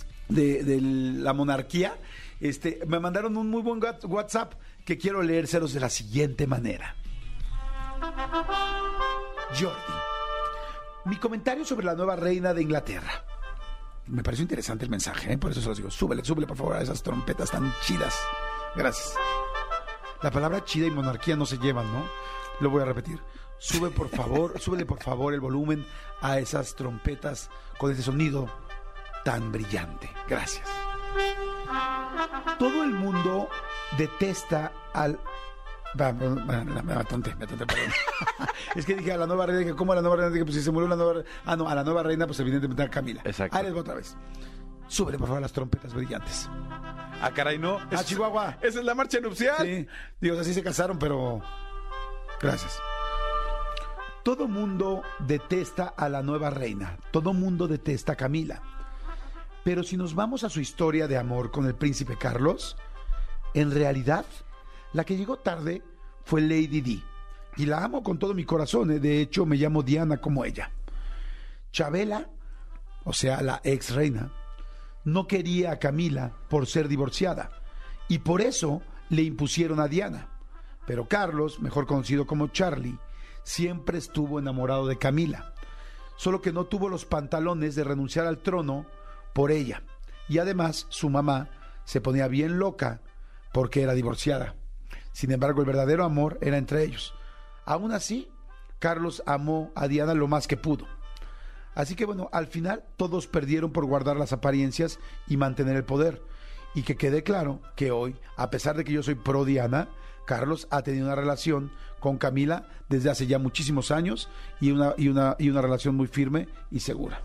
de, de la monarquía. Este, me mandaron un muy buen wat- WhatsApp que quiero leérselos de la siguiente manera. Jordi, mi comentario sobre la nueva reina de Inglaterra. me pareció interesante el mensaje, ¿eh? Por eso se los digo. Súbele, súbele, por favor, a esas trompetas tan chidas. Gracias. La palabra chida y monarquía no se llevan, ¿no? Lo voy a repetir. Sube, por favor, súbele, por favor, el volumen a esas trompetas con ese sonido tan brillante. Gracias. Todo el mundo detesta al... Va, me, me, me atonté, me atonté, perdón. Es que dije a la nueva reina, que ¿cómo a la nueva reina? Dije, pues si se murió la nueva reina. Ah, no, a la nueva reina, pues evidentemente a Camila. Exacto. Ahí les voy otra vez. Súbele, por favor, las trompetas brillantes. Ah, caray, no. Ah, Chihuahua. Esa es la marcha nupcial. Sí, digo, así se casaron, pero... Gracias. Todo mundo detesta a la nueva reina. Todo mundo detesta a Camila. Pero si nos vamos a su historia de amor con el príncipe Carlos, en realidad, la que llegó tarde fue Lady Di. Y la amo con todo mi corazón, ¿eh? De hecho, me llamo Diana como ella. Chabela, o sea, la ex reina, no quería a Camila por ser divorciada. Y por eso le impusieron a Diana. Pero Carlos, mejor conocido como Charlie, siempre estuvo enamorado de Camila. Solo que no tuvo los pantalones de renunciar al trono por ella. Y además, su mamá se ponía bien loca porque era divorciada. Sin embargo, el verdadero amor era entre ellos. Aún así, Carlos amó a Diana lo más que pudo. Así que bueno, al final todos perdieron por guardar las apariencias y mantener el poder. Y que quede claro que hoy, a pesar de que yo soy pro Diana, Carlos ha tenido una relación con Camila desde hace ya muchísimos años y una, y una, y una relación muy firme y segura.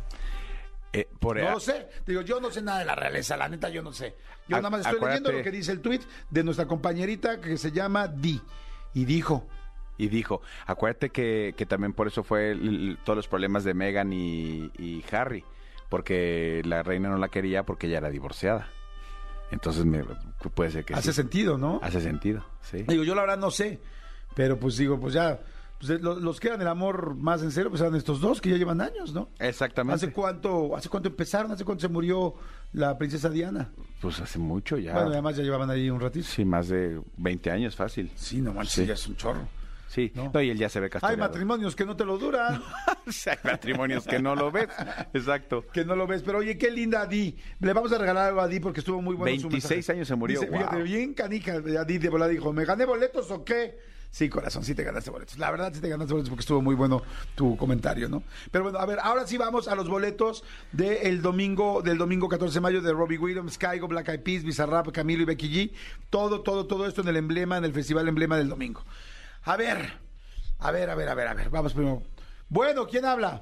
Eh, por No lo sé, digo, yo no sé nada de la realeza, la neta yo no sé. Yo Ac- nada más estoy acuérdate- leyendo lo que dice el tuit de nuestra compañerita que se llama Di. Y dijo, Y dijo, acuérdate que, que también por eso fue el- el- todos los problemas de Meghan y, y Harry, porque la reina no la quería porque ella era divorciada. Entonces me, puede ser que hace sí. sentido, ¿no? Hace sentido, sí. Digo, yo la verdad no sé, pero pues digo, pues ya, pues, los, los que eran el amor más en serio, pues eran estos dos que ya llevan años, ¿no? Exactamente. ¿Hace cuánto, hace cuánto empezaron? ¿Hace cuánto se murió la princesa Diana? Pues hace mucho ya. Bueno, además ya llevaban ahí un ratito. Sí, más de veinte años fácil. Sí, no manches, Sí. ya es un chorro. Sí, ¿No? no, y él ya se ve Hay castigado. matrimonios que no te lo duran, Hay matrimonios que no lo ves. Exacto. que no lo ves, pero oye, qué linda Adi. Le vamos a regalar algo a Adi porque estuvo muy bueno su veintiséis mensaje. años se murió, Dice, fíjate, wow. bien canija, Adi de volada dijo, ¿me gané boletos o qué? Sí, corazón, sí te ganaste boletos. La verdad sí te ganaste boletos porque estuvo muy bueno tu comentario, ¿no? Pero bueno, a ver, ahora sí vamos a los boletos del domingo, del domingo catorce de mayo de Robbie Williams, Kygo, Black Eyed Peas, Bizarrap, Camilo y Becky G. Todo, todo, todo esto en el emblema, en el festival emblema del domingo. A ver, a ver, a ver, a ver, a ver, vamos primero. Bueno, ¿quién habla?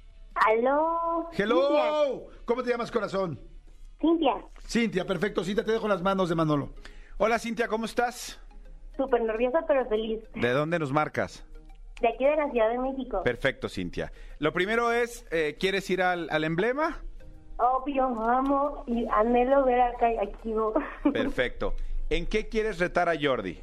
Aló. Hello, ¿cómo te llamas, corazón? Cintia. Cintia, perfecto, Cintia, te dejo las manos de Manolo. Hola, Cintia, ¿cómo estás? Súper nerviosa pero feliz. ¿De dónde nos marcas? De aquí de la Ciudad de México. Perfecto, Cintia. Lo primero es, eh, ¿quieres ir al, al emblema? Obvio, amo y anhelo ver acá activo. Perfecto. ¿En qué quieres retar a Jordi?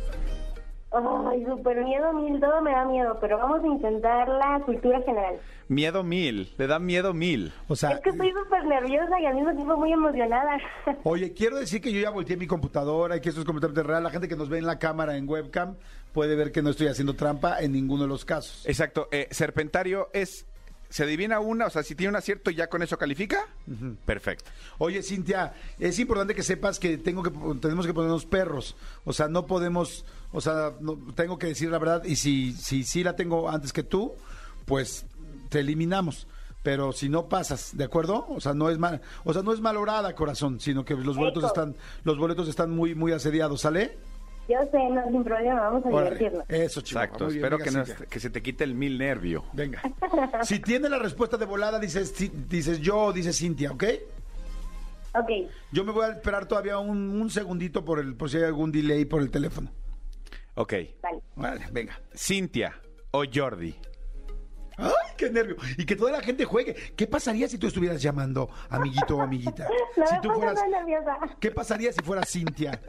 Ay, súper miedo mil, todo me da miedo, pero vamos a intentar la cultura general. Miedo mil, le da miedo mil. O sea, Es que estoy súper nerviosa y al mismo tiempo muy emocionada. oye, quiero decir que yo ya volteé mi computadora y que esto es completamente real. La gente que nos ve en la cámara, en webcam, puede ver que no estoy haciendo trampa en ninguno de los casos. Exacto. Eh, Serpentario es, ¿se adivina una? O sea, si tiene un acierto, ¿ya con eso califica? Perfecto. Oye, Cintia, es importante que sepas que tengo que tenemos que ponernos perros. O sea, no podemos, o sea, no- tengo que decir la verdad y si si sí la tengo antes que tú, pues te eliminamos. Pero si no pasas, ¿de acuerdo? O sea, no es mal, o sea, no es malorada, corazón, sino que los boletos Eso. están los boletos están muy muy asediados, ¿sale? Yo sé, no, sin problema, vamos a Órale. divertirnos. Eso, Chihuahua. Exacto. Muy bien, Espero venga, que, no- Cintia. que se te quite el mil nervio. Venga. Si tiene la respuesta de volada, dices, ci- dices yo o dices Cintia, ¿ok? Ok, Yo me voy a esperar todavía un, un segundito por el por si hay algún delay por el teléfono. Ok. vale. Vale, venga. Cintia o Jordi. ¡Ay, qué nervio! Y que toda la gente juegue. ¿Qué pasaría si tú estuvieras llamando, amiguito o amiguita? No si me tú pongas fueras, tan nerviosa. ¿qué pasaría si fuera Cintia?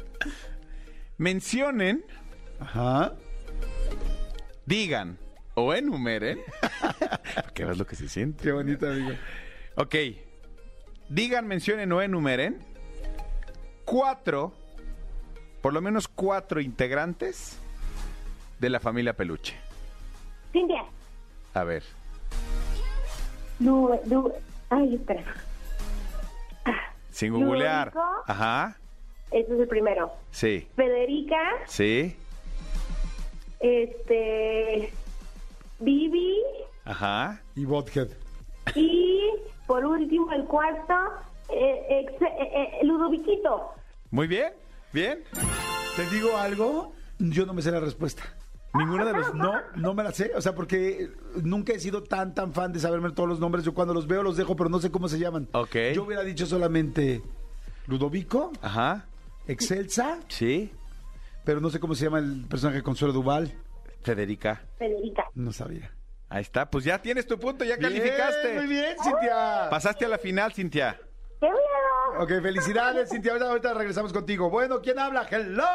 Mencionen, Ajá. digan o enumeren. ¿Qué es lo que se siente? Qué bonito, amigo. Ok. Digan, mencionen o enumeren cuatro, por lo menos cuatro integrantes de la familia Peluche. Cintia. A ver. Du, du, ay, espera. Sin googlear. Ludovico. Ajá. Ese es el primero. Sí. Federica, Sí. este, Vivi Ajá. Y Bothead. y por último el cuarto, eh, ex- eh, eh, Ludoviquito. Muy bien. Bien. ¿Te digo algo? Yo no me sé la respuesta. Ninguno de los... No, no me la sé. O sea, porque nunca he sido tan, tan fan de saberme todos los nombres. Yo cuando los veo los dejo, pero no sé cómo se llaman. Ok. Yo hubiera dicho solamente Ludovico, Ajá. Excelsa, Sí. pero no sé cómo se llama el personaje de Consuelo Duval. Federica. Federica. No sabía. Ahí está. Pues ya tienes tu punto, ya Bien, calificaste. muy bien, Cintia. Pasaste a la final, Cintia. ¡Qué miedo! Ok, felicidades, Cintia. Ahorita, ahorita regresamos contigo. Bueno, ¿quién habla? ¡Hello!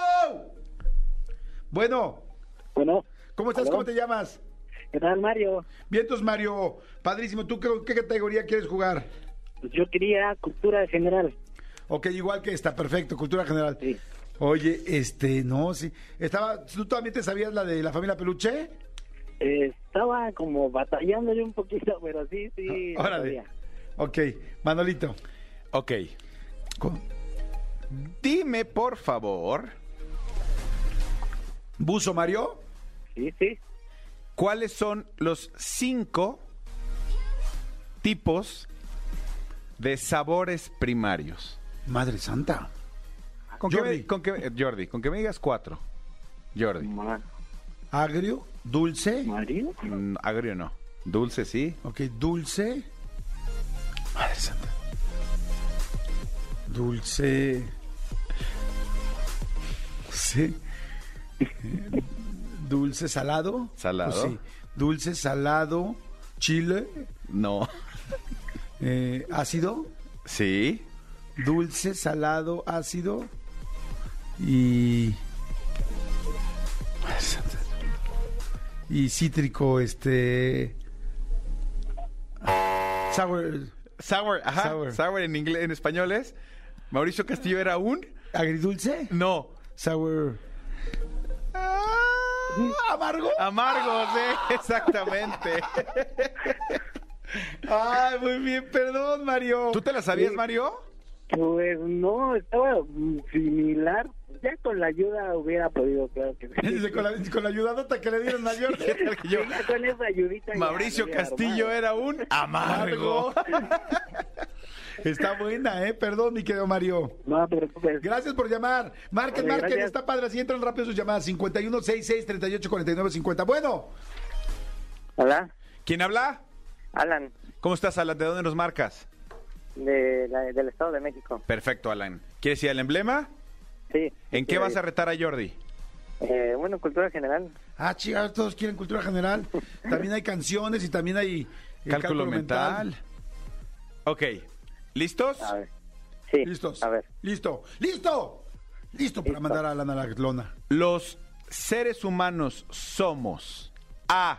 Bueno, Bueno, ¿cómo estás? ¿Aló? ¿Cómo te llamas? ¿qué tal, Mario? Vientos, Mario. Padrísimo. ¿Tú qué, qué categoría quieres jugar? Pues yo quería cultura general. Ok, igual que esta. Perfecto, cultura general. Sí. Oye, este, no, sí. Estaba, ¿tú también te sabías la de la familia Peluche? Eh, estaba como batallando yo un poquito, pero sí, sí. Órale. sabía. Ok, Manolito. Ok. Con- Dime, por favor, ¿Buzo, Mario? Sí, sí. ¿cuáles son los cinco tipos de sabores primarios? Madre santa. ¿Con qué Jordi. me, con qué- eh, Jordi, con que me digas cuatro. Jordi. Ma- Agrio, dulce. Mario. Mm, agrio no. Dulce sí. Ok, dulce. Madre santa. Dulce. Sí. Eh, Dulce, salado. Salado. Pues sí. Dulce, salado, chile, No. eh, ácido. Sí. Dulce, salado, ácido. Y. Madre santa. Y cítrico, este. Sour. Sour, ajá. Sour. Sour, en inglés, en español es. Mauricio Castillo era un. Agridulce. No. Sour. ¿Amargo? Amargo, sí, exactamente. Ay, muy bien, perdón, Mario. ¿Tú te la sabías, Sí. Mario? Pues no, estaba mm, similar. Ya con la ayuda hubiera podido, claro que sí. Dice, con, la, con la ayudadota que le dieron a Jordi. Yo- Ya con esa ayudita. ya Mauricio me hubiera Castillo armado. era un amargo. Está buena, ¿eh? Perdón, mi querido Mario. No te preocupes. Gracias por llamar. Marquen, Vale, marquen. gracias. Está padre. Así entran rápido sus llamadas. cincuenta y uno, sesenta y seis, treinta y ocho, cuarenta y nueve, cincuenta. Bueno. Hola, ¿Quién habla? Alan, ¿Cómo estás, Alan? ¿De dónde nos marcas? de, la- del Estado de México. Perfecto, Alan. ¿Quieres ir al emblema? Sí. ¿En qué vas a retar a Jordi? Eh, bueno, cultura general. Ah, chicas, todos quieren cultura general. También hay canciones y también hay eh, Cálculo, mental. Ok. ¿Listos? A ver. Sí. ¿Listos? A ver. Listo. ¡Listo! Listo para Listo. mandar a Alan a la lona. Los seres humanos somos A.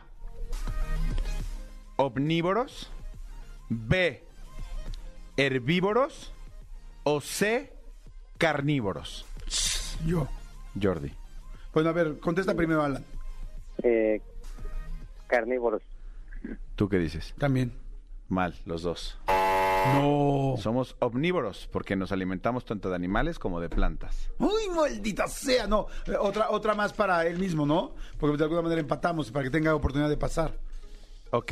Omnívoros. B. Herbívoros. O C. Carnívoros. Yo. Jordi. Bueno, a ver, contesta primero, Alan. Eh, carnívoros. ¿Tú qué dices? También. Mal, los dos. No. Somos omnívoros porque nos alimentamos tanto de animales como de plantas. Uy, maldita sea, no. Eh, Otra, otra más para él mismo, ¿no? Porque de alguna manera empatamos para que tenga oportunidad de pasar. Ok.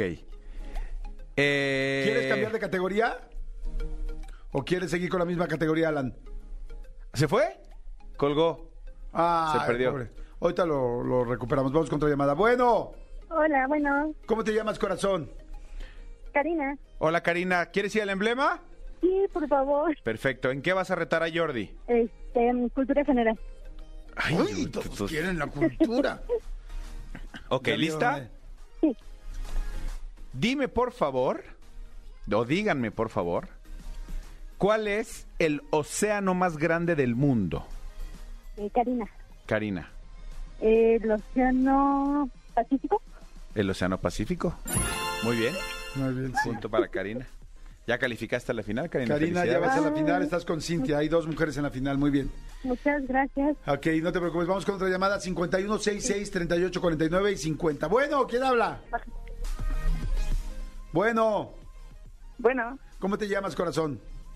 Eh, ¿Quieres cambiar de categoría? ¿O quieres seguir con la misma categoría, Alan? ¿Se fue? Colgó. Ah, Se perdió. pobre. Ahorita lo, lo recuperamos. Vamos con otra llamada. Bueno, Hola, bueno, ¿cómo te llamas, corazón? Karina. Hola, Karina. ¿Quieres ir al emblema? Sí, por favor. Perfecto. ¿En qué vas a retar a Jordi? Este, cultura general. Ay, Uy, tú- todos tú- quieren la cultura. Ok, Ya vio, ¿lista? eh. Sí. Dime, por favor, o díganme, por favor, ¿cuál es el océano más grande del mundo? Eh, Karina. Karina. Eh, el Océano Pacífico. ¿El océano Pacífico? Muy bien. Muy bien, sí. Punto para Karina. ¿Ya calificaste a la final, Karina? Karina, ya Felicidades. vas a la final. Estás con Cintia. Hay dos mujeres en la final. Muy bien. Muchas gracias. Ok, no te preocupes. Vamos con otra llamada. cincuenta y uno, sesenta y seis, treinta y ocho, cuarenta y nueve y cincuenta. Bueno, ¿quién habla? Bueno, Bueno, ¿cómo te llamas, corazón?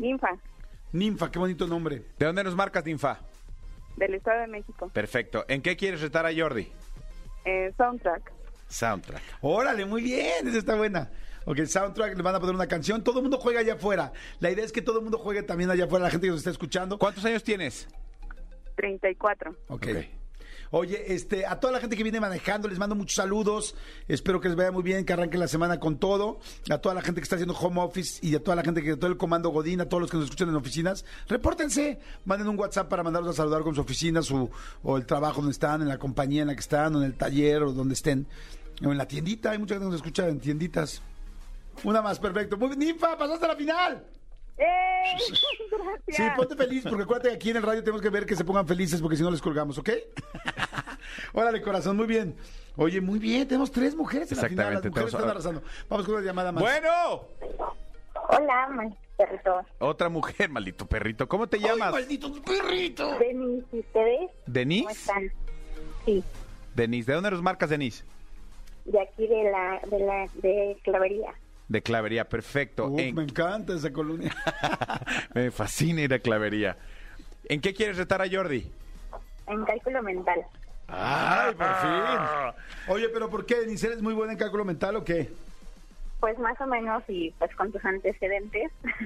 Ninfa, Ninfa, qué bonito nombre. ¿De dónde nos marcas, Ninfa? del Estado de México. Perfecto. ¿En qué quieres retar a Jordi? Eh, soundtrack. Soundtrack. Órale, muy bien, esa está buena. Ok, soundtrack, le van a poner una canción. Todo el mundo juega allá afuera. La idea es que todo el mundo juegue también allá afuera, la gente que nos está escuchando. ¿Cuántos años tienes? treinta y cuatro. Ok. Ok. Oye, este, a toda la gente que viene manejando, les mando muchos saludos. Espero que les vaya muy bien, que arranquen la semana con todo. A toda la gente que está haciendo home office y a toda la gente que todo el comando Godín, a todos los que nos escuchan en oficinas, repórtense, manden un WhatsApp para mandarlos a saludar con su oficina, su, o el trabajo donde están, en la compañía en la que están, o en el taller, o donde estén, o en la tiendita. Hay mucha gente que nos escucha en tienditas. Una más, perfecto. Muy bien, Ninfa, pasaste a la final. ¡Eh! Gracias. Sí, ponte feliz, porque acuérdate que aquí en el radio tenemos que ver que se pongan felices, porque si no les colgamos, ¿ok? Órale, corazón, muy bien. Oye, muy bien, tenemos tres mujeres en la final. Las Exactamente, mujeres tenemos- están arrasando. Vamos con una llamada más. Bueno, Hola, ma- perrito. otra mujer, maldito perrito. ¿Cómo te ¡Ay, llamas? maldito perrito! Denis, ¿y ustedes? ¿Cómo ¿Denise? están? Sí, Denise. ¿De dónde nos marcas, Denise? de aquí de la, de la, de Clavería. De Clavería, perfecto. Uf, En- me encanta esa colonia. Me fascina ir a Clavería. ¿En qué quieres retar a Jordi? En cálculo mental. ¡Ay, por fin! Oye, ¿pero por qué, Denise? ¿Eres muy buena en cálculo mental o qué? Pues más o menos, y pues con tus antecedentes,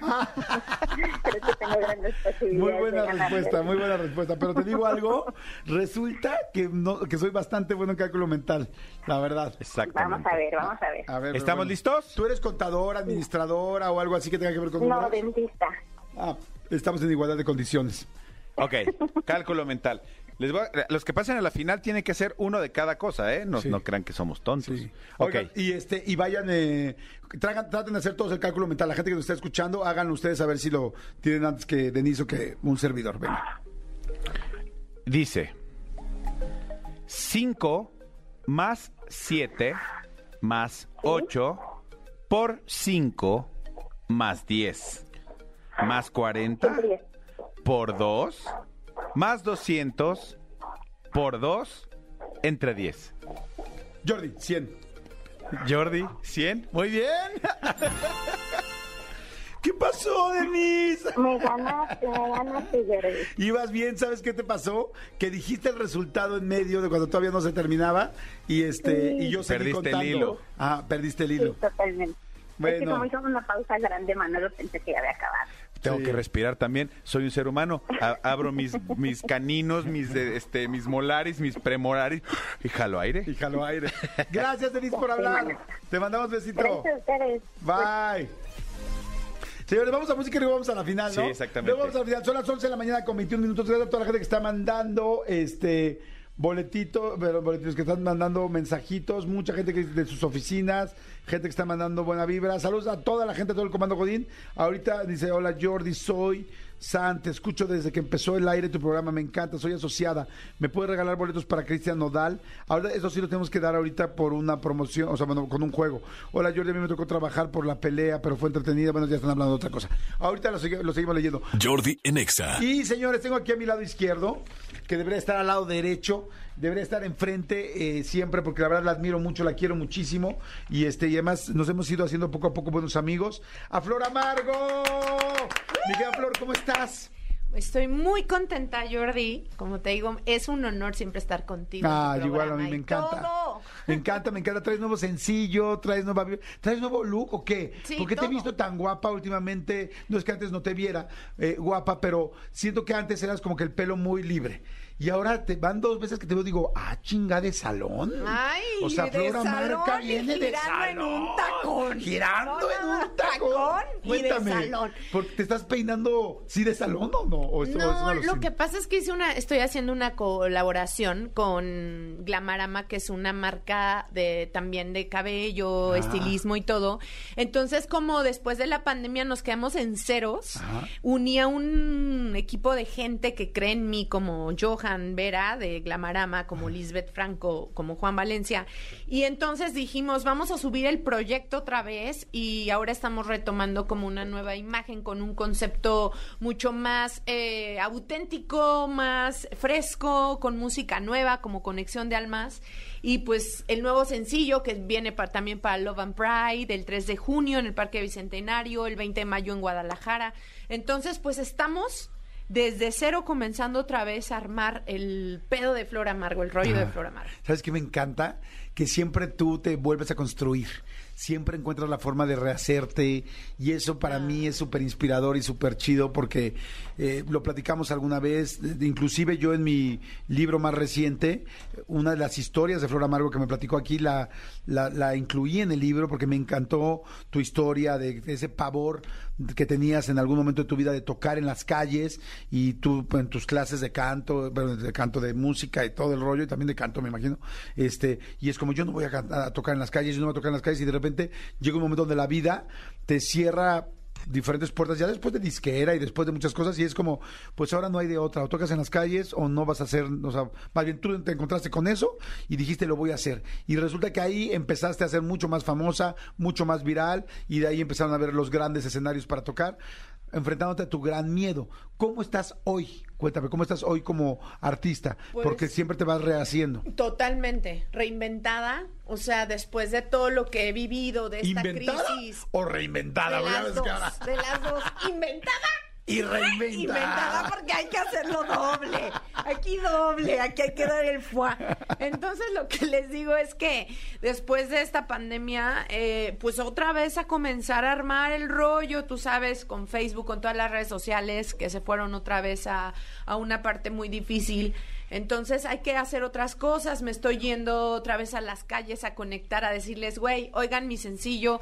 creo que tengo grandes posibilidades. Muy de buena ganar. respuesta, muy buena respuesta. Pero te digo algo, resulta que no, que soy bastante bueno en cálculo mental, la verdad. Exactamente. Vamos a ver, vamos a ver. A ver, pero ¿Estamos bueno. listos? ¿Tú eres contadora, administradora o algo así que tenga que ver con No, números? dentista. Ah, estamos en igualdad de condiciones. Ok, cálculo mental. Les voy a- los que pasen a la final tienen que hacer uno de cada cosa, ¿eh? No, Sí. no crean que somos tontos. Sí. Ok. Oigan, y este, y vayan, eh, tragan- traten de hacer todos el cálculo mental. La gente que nos está escuchando, háganlo ustedes a ver si lo tienen antes que Denise o que un servidor. Venga. Dice, cinco más siete más ocho por cinco más diez más cuarenta Siempre diez. por dos más doscientos por dos entre diez. Jordi, cien. Jordi, cien. Muy bien. ¿Qué pasó, Denise? Me ganaste, me ganaste, Jordi. Ibas bien, ¿sabes qué te pasó? Que dijiste el resultado en medio de cuando todavía no se terminaba y este Sí. y yo seguí Perdiste el contando. hilo. Ah, perdiste el Sí, hilo. totalmente. Es que Bueno. como hizo una pausa grande, Manolo, pensé que ya había acabado. Tengo Sí. que respirar también. Soy un ser humano. A- abro mis, mis caninos, mis, eh, este, mis molares, mis premolares y jalo aire. Y jaló aire. Gracias, Denise, por hablar. Te mandamos besito. Gracias a ustedes. Bye. Señores, vamos a música y luego vamos a la final, ¿no? Sí, exactamente. Luego vamos a la final. Son las once de la mañana con veintiún minutos. Gracias a toda la gente que está mandando este boletitos, pero boletitos que están mandando mensajitos, mucha gente que de sus oficinas, gente que está mandando buena vibra. Saludos a toda la gente, a todo el comando Godín. Ahorita dice, hola Jordi, soy San, te escucho desde que empezó el aire tu programa, me encanta, soy asociada. ¿Me puedes regalar boletos para Cristian Nodal? Ahora eso sí lo tenemos que dar ahorita por una promoción, o sea, bueno, con un juego. Hola Jordi, a mí me tocó trabajar por la pelea, pero fue entretenida. Bueno, ya están hablando de otra cosa. Ahorita lo, sigue- lo seguimos leyendo. Jordi en Exa. Y señores, tengo aquí a mi lado izquierdo, que debería estar al lado derecho, debería estar enfrente eh, siempre, porque la verdad la admiro mucho, la quiero muchísimo. Y este y además nos hemos ido haciendo poco a poco buenos amigos. A Flor Amargo. Mi querida Flor, ¿cómo estás? Estoy muy contenta, Jordi. Como te digo, es un honor siempre estar contigo. en tu Ah, igual a programa mí me y encanta. todo. Me encanta, me encanta. ¿Traes nuevo sencillo? ¿Traes nueva vi- ¿Traes nuevo look o qué? Sí, ¿Por qué te he todo. visto tan guapa últimamente? No es que antes no te viera eh, guapa, pero siento que antes eras como que el pelo muy libre. Y ahora te van dos veces que te veo digo, ah, chinga de salón. Ay, o sea, de Flor Amarca salón y viene de girando en salón. un tacón. Girando No, en no, un tacón. tacón y de Cuéntame. salón. ¿Por- ¿Te estás peinando sí de salón o no? ¿O esto- o es una No, lo alucin? que pasa es que hice una, estoy haciendo una colaboración con Glamarama, que es una marca de también de cabello, Ah. estilismo y todo. Entonces, como después de la pandemia nos quedamos en ceros, Ajá. uní a un equipo de gente que cree en mí, como Johan, Johan Vera de Glamarama, como Lisbeth Franco, como Juan Valencia. Y entonces dijimos, vamos a subir el proyecto otra vez y ahora estamos retomando como una nueva imagen con un concepto mucho más eh, auténtico, más fresco, con música nueva, como Conexión de Almas. Y pues el nuevo sencillo que viene para, también para Love and Pride, el tres de junio en el Parque Bicentenario, el veinte de mayo en Guadalajara. Entonces, pues estamos desde cero comenzando otra vez a armar el pedo de Flor Amargo, el rollo ah, de Flor Amargo. ¿Sabes qué me encanta? Que siempre tú te vuelves a construir. Siempre encuentras la forma de rehacerte y eso para ah. mí es súper inspirador y súper chido porque eh, lo platicamos alguna vez, inclusive yo en mi libro más reciente, una de las historias de Flor Amargo que me platicó aquí la, la, la incluí en el libro porque me encantó tu historia de ese pavor que tenías en algún momento de tu vida de tocar en las calles y tú en tus clases de canto, bueno, de canto de música y todo el rollo y también de canto me imagino, este y es como yo no voy a, cantar, a tocar en las calles, yo no voy a tocar en las calles y de repente llega un momento donde la vida te cierra diferentes puertas, ya después de disquera y después de muchas cosas, y es como, pues ahora no hay de otra, o tocas en las calles o no vas a hacer, o sea, más bien tú te encontraste con eso y dijiste lo voy a hacer, y resulta que ahí empezaste a ser mucho más famosa, mucho más viral, y de ahí empezaron a ver los grandes escenarios para tocar, enfrentándote a tu gran miedo. ¿Cómo estás hoy? Cuéntame, ¿cómo estás hoy como artista? Pues, porque siempre te vas rehaciendo. Totalmente, reinventada, o sea, después de todo lo que he vivido, de esta ¿inventada crisis. o reinventada? De las dos, de las dos. ¿Inventada? Y reinventada. Inventada porque hay que hacerlo doble. Aquí doble, aquí hay que dar el foie. Entonces lo que les digo es que después de esta pandemia, eh, pues otra vez a comenzar a armar el rollo, tú sabes, con Facebook, con todas las redes sociales que se fueron otra vez a, a una parte muy difícil. Entonces hay que hacer otras cosas, me estoy yendo otra vez a las calles a conectar, a decirles, güey, oigan mi sencillo,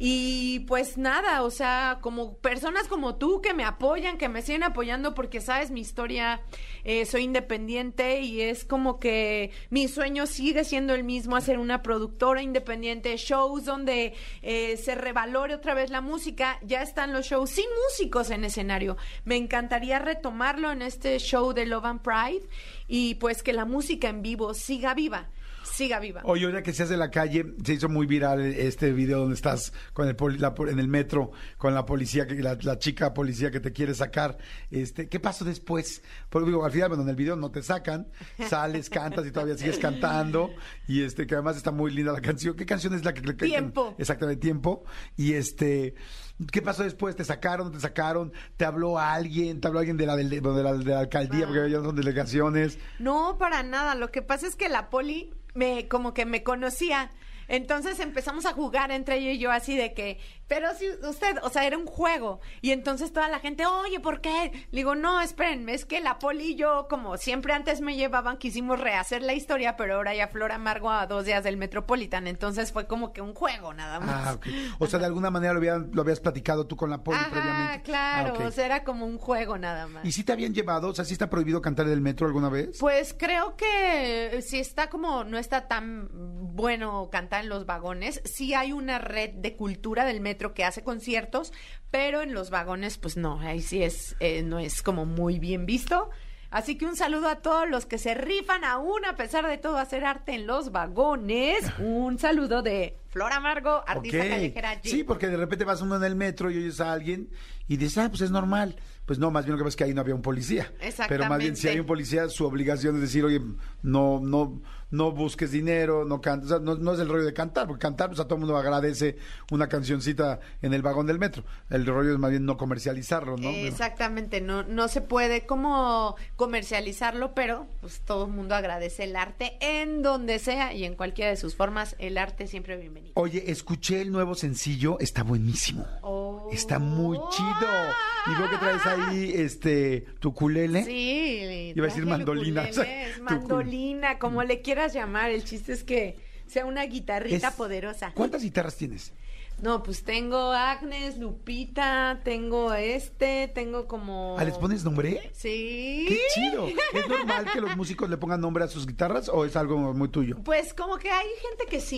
y pues nada, o sea, como personas como tú que me apoyan, que me siguen apoyando porque sabes mi historia, eh, soy independiente y es como que mi sueño sigue siendo el mismo, hacer una productora independiente, shows donde eh, se revalore otra vez la música, ya están los shows sin músicos en escenario, me encantaría retomarlo en este show de Love and Pride, y pues que la música en vivo siga viva, siga viva. Oye, ahora que seas de la calle, se hizo muy viral este video donde estás con el poli, la, en el metro con la policía, que la, la chica policía que te quiere sacar. Este, ¿qué pasó después? Porque digo, al final, bueno, en el video no te sacan, sales, cantas y todavía sigues cantando y este, que además está muy linda la canción. ¿Qué canción es la que? que Tiempo. Que, exactamente, Tiempo. Y este, ¿qué pasó después? ¿Te sacaron? ¿No te sacaron? ¿Te habló alguien? ¿Te habló alguien de la, de, de la, de la alcaldía? Ah. Porque ya no son delegaciones. No, para nada. Lo que pasa es que la poli me como que me conocía. Entonces empezamos a jugar entre ella y yo así de que, pero si usted, o sea, era un juego. Y entonces toda la gente, oye, ¿por qué? Le digo, no, espérenme, es que la poli y yo, como siempre antes me llevaban, quisimos rehacer la historia, pero ahora ya Flor Amargo a dos días del Metropolitan. Entonces fue como que un juego nada más. Ah, okay. O sea, de alguna manera lo, habían, lo habías platicado tú con la poli Ajá, previamente. Claro, ah, okay. O sea, era como un juego nada más. ¿Y si te habían llevado? O sea, ¿sí está prohibido cantar en el metro alguna vez? Pues creo que si está como, no está tan bueno cantar en los vagones. Sí hay una red de cultura del metro que hace conciertos, pero en los vagones, pues no, ahí sí es, eh, no es como muy bien visto. Así que un saludo a todos los que se rifan aún, a pesar de todo, hacer arte en los vagones. Un saludo de Flor Amargo, artista okay. callejera. Sí, porque de repente vas uno en el metro y oyes a alguien y dices, ah, pues es normal. Pues no, más bien lo que pasa es que ahí no había un policía. Exactamente. Pero más bien si hay un policía, su obligación es decir, oye, no, no, no busques dinero, no cantes, o sea, no, no es el rollo de cantar, porque cantar, pues a todo el mundo agradece una cancioncita en el vagón del metro. El rollo es más bien no comercializarlo, ¿no? Exactamente, no, no se puede como comercializarlo, pero pues todo el mundo agradece el arte en donde sea y en cualquiera de sus formas, el arte siempre bienvenido. Oye, escuché el nuevo sencillo, está buenísimo. Oh. Está muy chido. Y veo que traes ahí este tu ukulele. Sí. Iba a decir mandolina. Ukulele, es mandolina, como le quieras llamar. El chiste es que sea una guitarrita es... poderosa. ¿Cuántas guitarras tienes? No, pues tengo Agnes, Lupita, tengo este, tengo como... ¿Ah, les pones nombre? Sí. ¡Qué chido! ¿Es normal que los músicos le pongan nombre a sus guitarras o es algo muy tuyo? Pues como que hay gente que sí.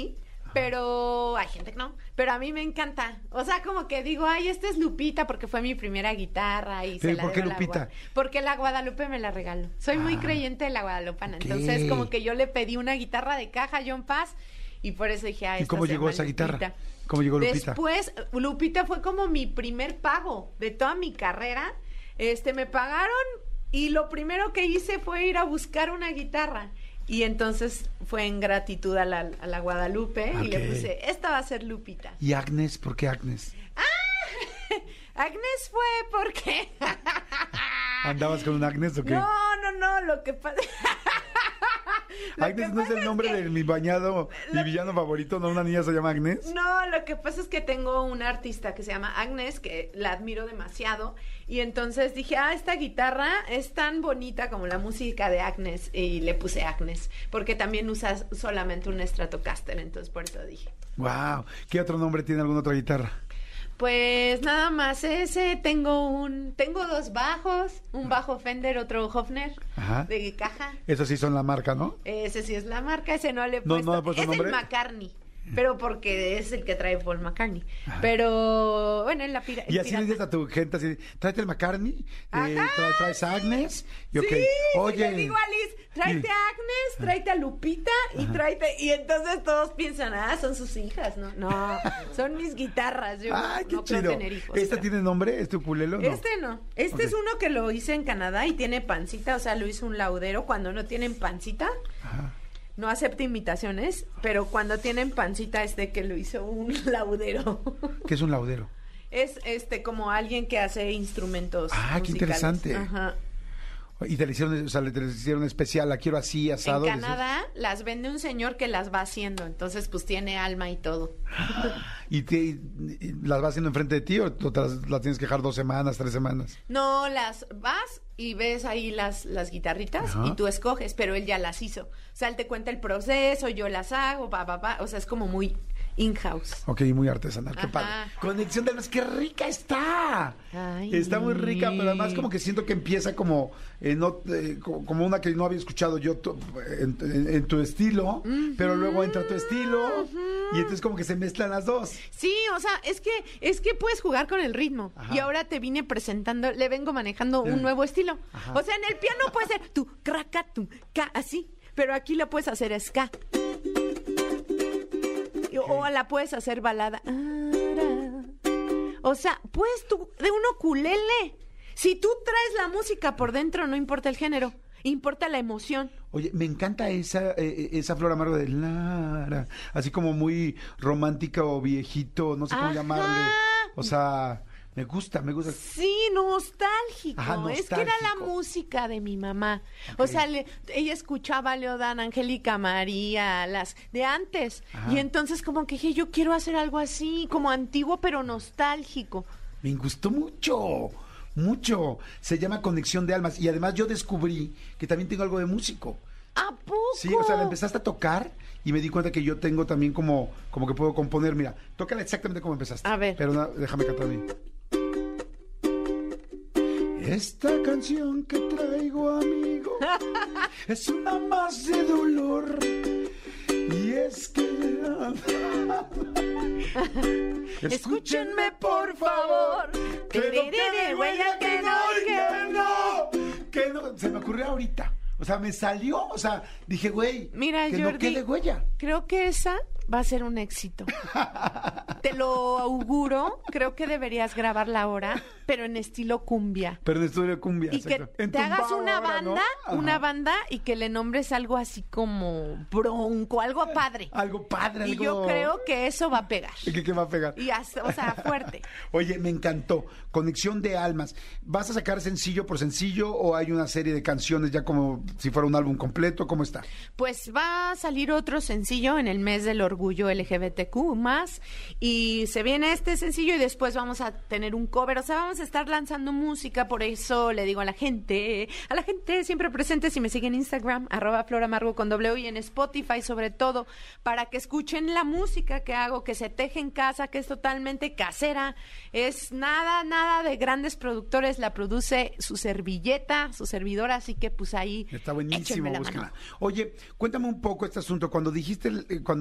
Pero hay gente que no. Pero a mí me encanta. O sea, como que digo, ay, esta es Lupita porque fue mi primera guitarra y ¿Pero se la por qué debo a la Lupita? Gua- Porque la Guadalupe me la regaló. Soy muy Ah, creyente de la Guadalupana. ok. Entonces, como que yo le pedí una guitarra de caja a John Paz y por eso dije, ah, ¿Y esta cómo se llegó llama esa Lupita. guitarra? ¿Cómo llegó Lupita? Después, Lupita fue como mi primer pago de toda mi carrera. Este, me pagaron y lo primero que hice fue ir a buscar una guitarra. Y entonces fue en gratitud a la, a la Guadalupe y le Ok. puse, esta va a ser Lupita. ¿Y Agnes? ¿Por qué Agnes? Agnes fue porque... ¿Andabas con un Agnes o qué? No, no, no, lo que pasa... Lo Agnes que no es pasa el nombre que- de mi bañado, mi villano favorito, ¿no? Una niña se llama Agnes. No, lo que pasa es que tengo una artista que se llama Agnes, que la admiro demasiado, y entonces dije, ah, esta guitarra es tan bonita como la música de Agnes, y le puse Agnes, porque también usas solamente un Stratocaster, entonces por eso dije. Wow. ¿Qué otro nombre tiene alguna otra guitarra? Pues nada más ese, tengo un, tengo dos bajos, un bajo Fender, otro Hofner, Ajá. de caja. Esos sí son la marca, ¿no? Ese sí es la marca, ese no le he No, puesto. ¿no le he puesto es nombre? el McCartney, pero porque es el que trae Paul McCartney. Ajá. Pero, bueno, en la pira, Y el así le pirata. dices a tu gente, así, tráete el McCartney, eh, Ajá. tra- traes a Agnes, y ok, Sí, oye, sí le digo a Liz, tráete a Agnes, tráete a Lupita y tráete... Y entonces todos piensan, ah, son sus hijas, ¿no? No, son mis guitarras, yo ay, qué no creo chido. tener hijos. ¿Esta pero- tiene nombre? ¿Es tu ukulele o no? Este no, este Ok. es uno que lo hice en Canadá y tiene pancita, o sea, lo hizo un laudero. Cuando no tienen pancita, Ajá. no acepta invitaciones, pero cuando tienen pancita es de que lo hizo un laudero. ¿Qué es un laudero? Es este como alguien que hace instrumentos. Ah, qué musicales. interesante. Ajá. Y te le hicieron, o sea, le te le hicieron especial, la quiero así, asado. En dices. Canadá las vende un señor que las va haciendo, entonces pues tiene alma y todo. ¿Y, te, y- y las va haciendo enfrente de ti o tú te las, las tienes que dejar dos semanas, tres semanas? No, las vas y ves ahí las, las guitarritas Ajá. y tú escoges, pero él ya las hizo. O sea, él te cuenta el proceso, yo las hago, pa, pa, pa. O sea, es como muy in-house. Ok, muy artesanal, qué Ajá. padre. Conexión de almas, qué rica está. Ay. Está muy rica, pero además como que siento que empieza como, eh, no, eh, co- como una que no había escuchado yo tu- en, en- en tu estilo, pero luego entra tu estilo y entonces como que se mezclan las dos. Sí, o sea, es que es que puedes jugar con el ritmo. Ajá. Y ahora te vine presentando, le vengo manejando Ya. un nuevo estilo. Ajá. O sea, en el piano puede ser tu craca, tu ca, así, pero aquí la puedes hacer ska. Y- O la puedes hacer balada. O sea, puedes tú de un ukulele. Si tú traes la música por dentro, no importa el género, importa la emoción. Oye, me encanta esa eh, esa flor amarga de Lara, así como muy romántica o viejito, no sé cómo Ajá. llamarle. O sea, me gusta, me gusta. Sí, nostálgico. Ajá, Es que era la nostálgico. música de mi mamá. Ok. O sea, le- ella escuchaba a Leodán, Angélica María, las de antes. Ajá. Y entonces como que dije, yo quiero hacer algo así, como antiguo pero nostálgico. Me gustó mucho, mucho. Se llama Conexión de Almas y además yo descubrí que también tengo algo de músico. ¿A poco? Sí, o sea, la empezaste a tocar y me di cuenta que yo tengo también como, como que puedo componer. Mira, tócala exactamente como empezaste. A ver. Pero no, déjame cantar a mí. Esta canción que traigo, amigo, es una más de dolor. Y es que... Escúchenme, por favor. Que no Tererere, quede huella, que no, que no, que no. Se me ocurrió ahorita. O sea, me salió, o sea, dije, güey, Mira, que Jordi, no quede huella. creo que esa va a ser un éxito. Te lo auguro. Creo que deberías grabarla ahora, pero en estilo cumbia. Pero en estudio cumbia. Y que exacto. En te hagas tumbao una ahora, ¿no? banda, Ajá. una banda y que le nombres algo así como bronco, algo padre. Algo padre, Y algo... yo creo que eso va a pegar. ¿Qué, qué va a pegar? Y hasta, o sea, fuerte. Oye, me encantó. Conexión de Almas. ¿Vas a sacar sencillo por sencillo o hay una serie de canciones ya como si fuera un álbum completo? ¿Cómo está? Pues va a salir otro sencillo en el mes del orgullo L G B T Q más y se viene este sencillo y después vamos a tener un cover, o sea, vamos a estar lanzando música, por eso le digo a la gente, a la gente siempre presente, si me siguen en Instagram, arroba floramargo con W y en Spotify sobre todo, para que escuchen la música que hago, que se teje en casa, que es totalmente casera, es nada, nada de grandes productores, la produce su servilleta, su servidora, así que pues ahí Está buenísimo, échenme la búscala. mano. Oye, cuéntame un poco este asunto. Cuando dijiste, el- eh, cuando dijiste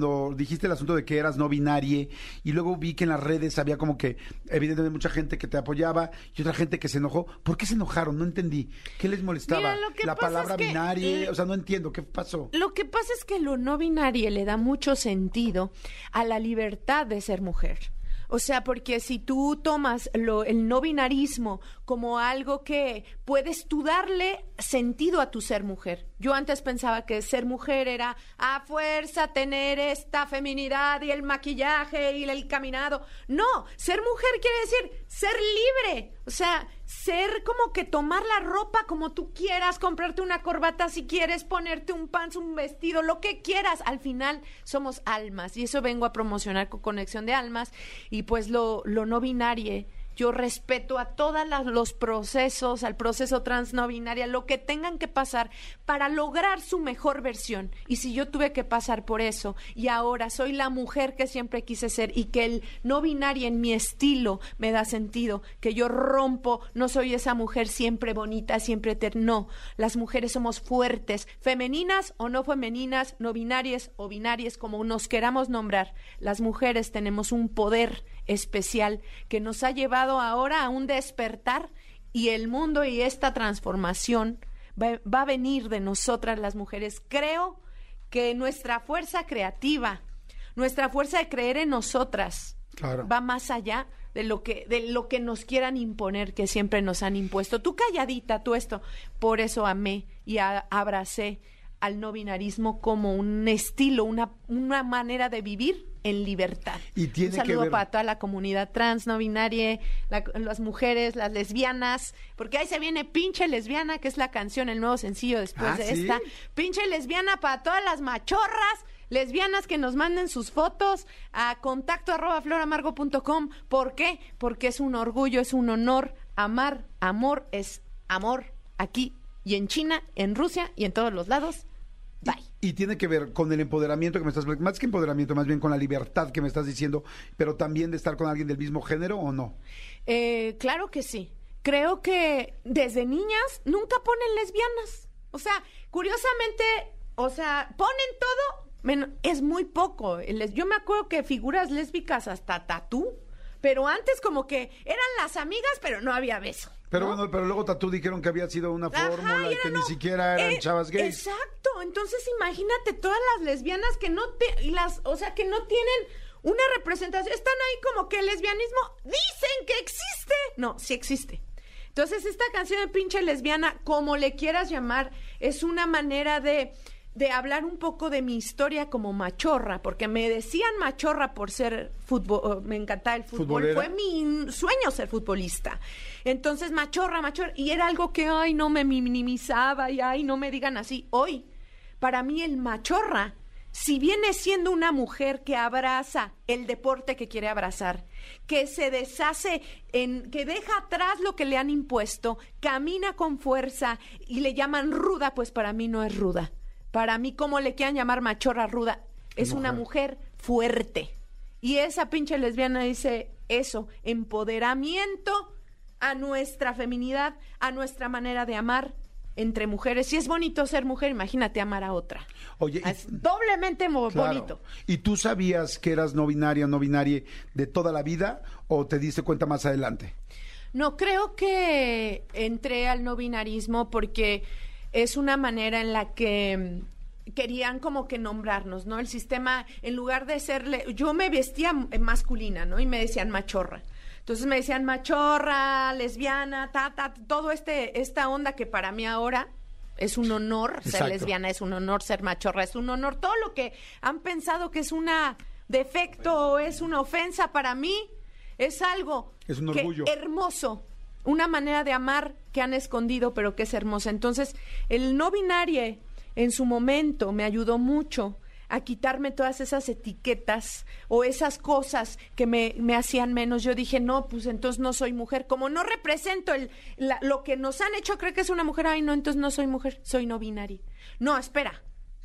dijiste el asunto de que eras no binaria y luego vi que en las redes había como que evidentemente mucha gente que te apoyaba y otra gente que se enojó. ¿Por qué se enojaron? No entendí. ¿Qué les molestaba? Mira, lo que la pasa palabra es que, binaria, eh, o sea, no entiendo qué pasó. Lo que pasa es que lo no binario le da mucho sentido a la libertad de ser mujer. O sea, porque si tú tomas lo, el no binarismo como algo que puedes tú darle sentido a tu ser mujer. Yo antes pensaba que ser mujer era a fuerza tener esta feminidad y el maquillaje y el caminado. No, ser mujer quiere decir ser libre. O sea, ser como que tomar la ropa como tú quieras, comprarte una corbata si quieres, ponerte un pants, un vestido, lo que quieras. Al final somos almas y eso vengo a promocionar con Conexión de Almas. Y pues lo, lo no binario, yo respeto a todos los procesos, al proceso trans no binaria, lo que tengan que pasar para lograr su mejor versión. Y si yo tuve que pasar por eso y ahora soy la mujer que siempre quise ser y que el no binario en mi estilo me da sentido, que yo rompo, no soy esa mujer siempre bonita, siempre eterna. No, las mujeres somos fuertes, femeninas o no femeninas, no binarias o binarias, como nos queramos nombrar. Las mujeres tenemos un poder especial que nos ha llevado ahora a un despertar y el mundo y esta transformación va, va a venir de nosotras las mujeres. Creo que nuestra fuerza creativa, nuestra fuerza de creer en nosotras, claro, va más allá de lo que de lo que nos quieran imponer, que siempre nos han impuesto. Tú calladita, tú esto. Por eso amé y a, abracé al no binarismo como un estilo, una, una manera de vivir en libertad. Y tiene un saludo que ver... para toda la comunidad trans, no binaria, la, las mujeres, las lesbianas, porque ahí se viene Pinche Lesbiana, que es la canción, el nuevo sencillo después ¿Ah, de sí? esta. Pinche Lesbiana para todas las machorras, lesbianas que nos manden sus fotos a contacto arroba floramargo punto com. ¿Por qué? Porque es un orgullo, es un honor. Amar, amor es amor aquí y en China, en Rusia y en todos los lados. Bye. Y, y tiene que ver con el empoderamiento que me estás más que empoderamiento, más bien con la libertad que me estás diciendo, pero también de estar con alguien del mismo género, ¿o no? Eh, claro que sí. Creo que desde niñas nunca ponen lesbianas. O sea, curiosamente, o sea, ponen todo, menos, es muy poco. Les, yo me acuerdo que figuras lésbicas hasta tatú, pero antes como que eran las amigas, pero no había beso. Pero ¿no? bueno, pero luego Tatú dijeron que había sido una Ajá, fórmula y era, que no, ni siquiera eran eh, chavas gays. Exacto, entonces imagínate todas las lesbianas que no te, las, o sea, que no tienen una representación, están ahí como que el lesbianismo dicen que existe. No, sí existe. Entonces esta canción de Pinche Lesbiana, como le quieras llamar, es una manera de de hablar un poco de mi historia como machorra, porque me decían machorra por ser fútbol, me encantaba el fútbol, ¿Futbolera? Fue mi sueño ser futbolista. Entonces, machorra, machorra, y era algo que, ay, no me minimizaba, y ay, no me digan así. Hoy, para mí el machorra, si viene siendo una mujer que abraza el deporte que quiere abrazar, que se deshace, en, que deja atrás lo que le han impuesto, camina con fuerza y le llaman ruda, pues para mí no es ruda. Para mí, como le quieran llamar machorra ruda, es mujer. Una mujer fuerte. Y esa pinche lesbiana dice eso, empoderamiento a nuestra feminidad, a nuestra manera de amar entre mujeres. Si es bonito ser mujer, imagínate amar a otra. Oye, es y, doblemente claro. bonito. ¿Y tú sabías que eras no binaria o no binaria de toda la vida o te diste cuenta más adelante? No, creo que entré al no binarismo porque es una manera en la que querían como que nombrarnos, ¿no? El sistema, en lugar de serle... Yo me vestía masculina, ¿no? Y me decían machorra. Entonces me decían machorra, lesbiana, ta, ta, todo este esta onda que para mí ahora es un honor. Exacto. Ser lesbiana es un honor, ser machorra es un honor. Todo lo que han pensado que es un defecto o es una ofensa para mí es algo es un orgullo. Que, hermoso. Una manera de amar que han escondido, pero que es hermosa. Entonces, el no binario en su momento me ayudó mucho a quitarme todas esas etiquetas o esas cosas que me, me hacían menos. Yo dije, no, pues entonces no soy mujer. Como no represento el, la, lo que nos han hecho creer que es una mujer, ay, no, entonces no soy mujer, soy no binaria. No, espera.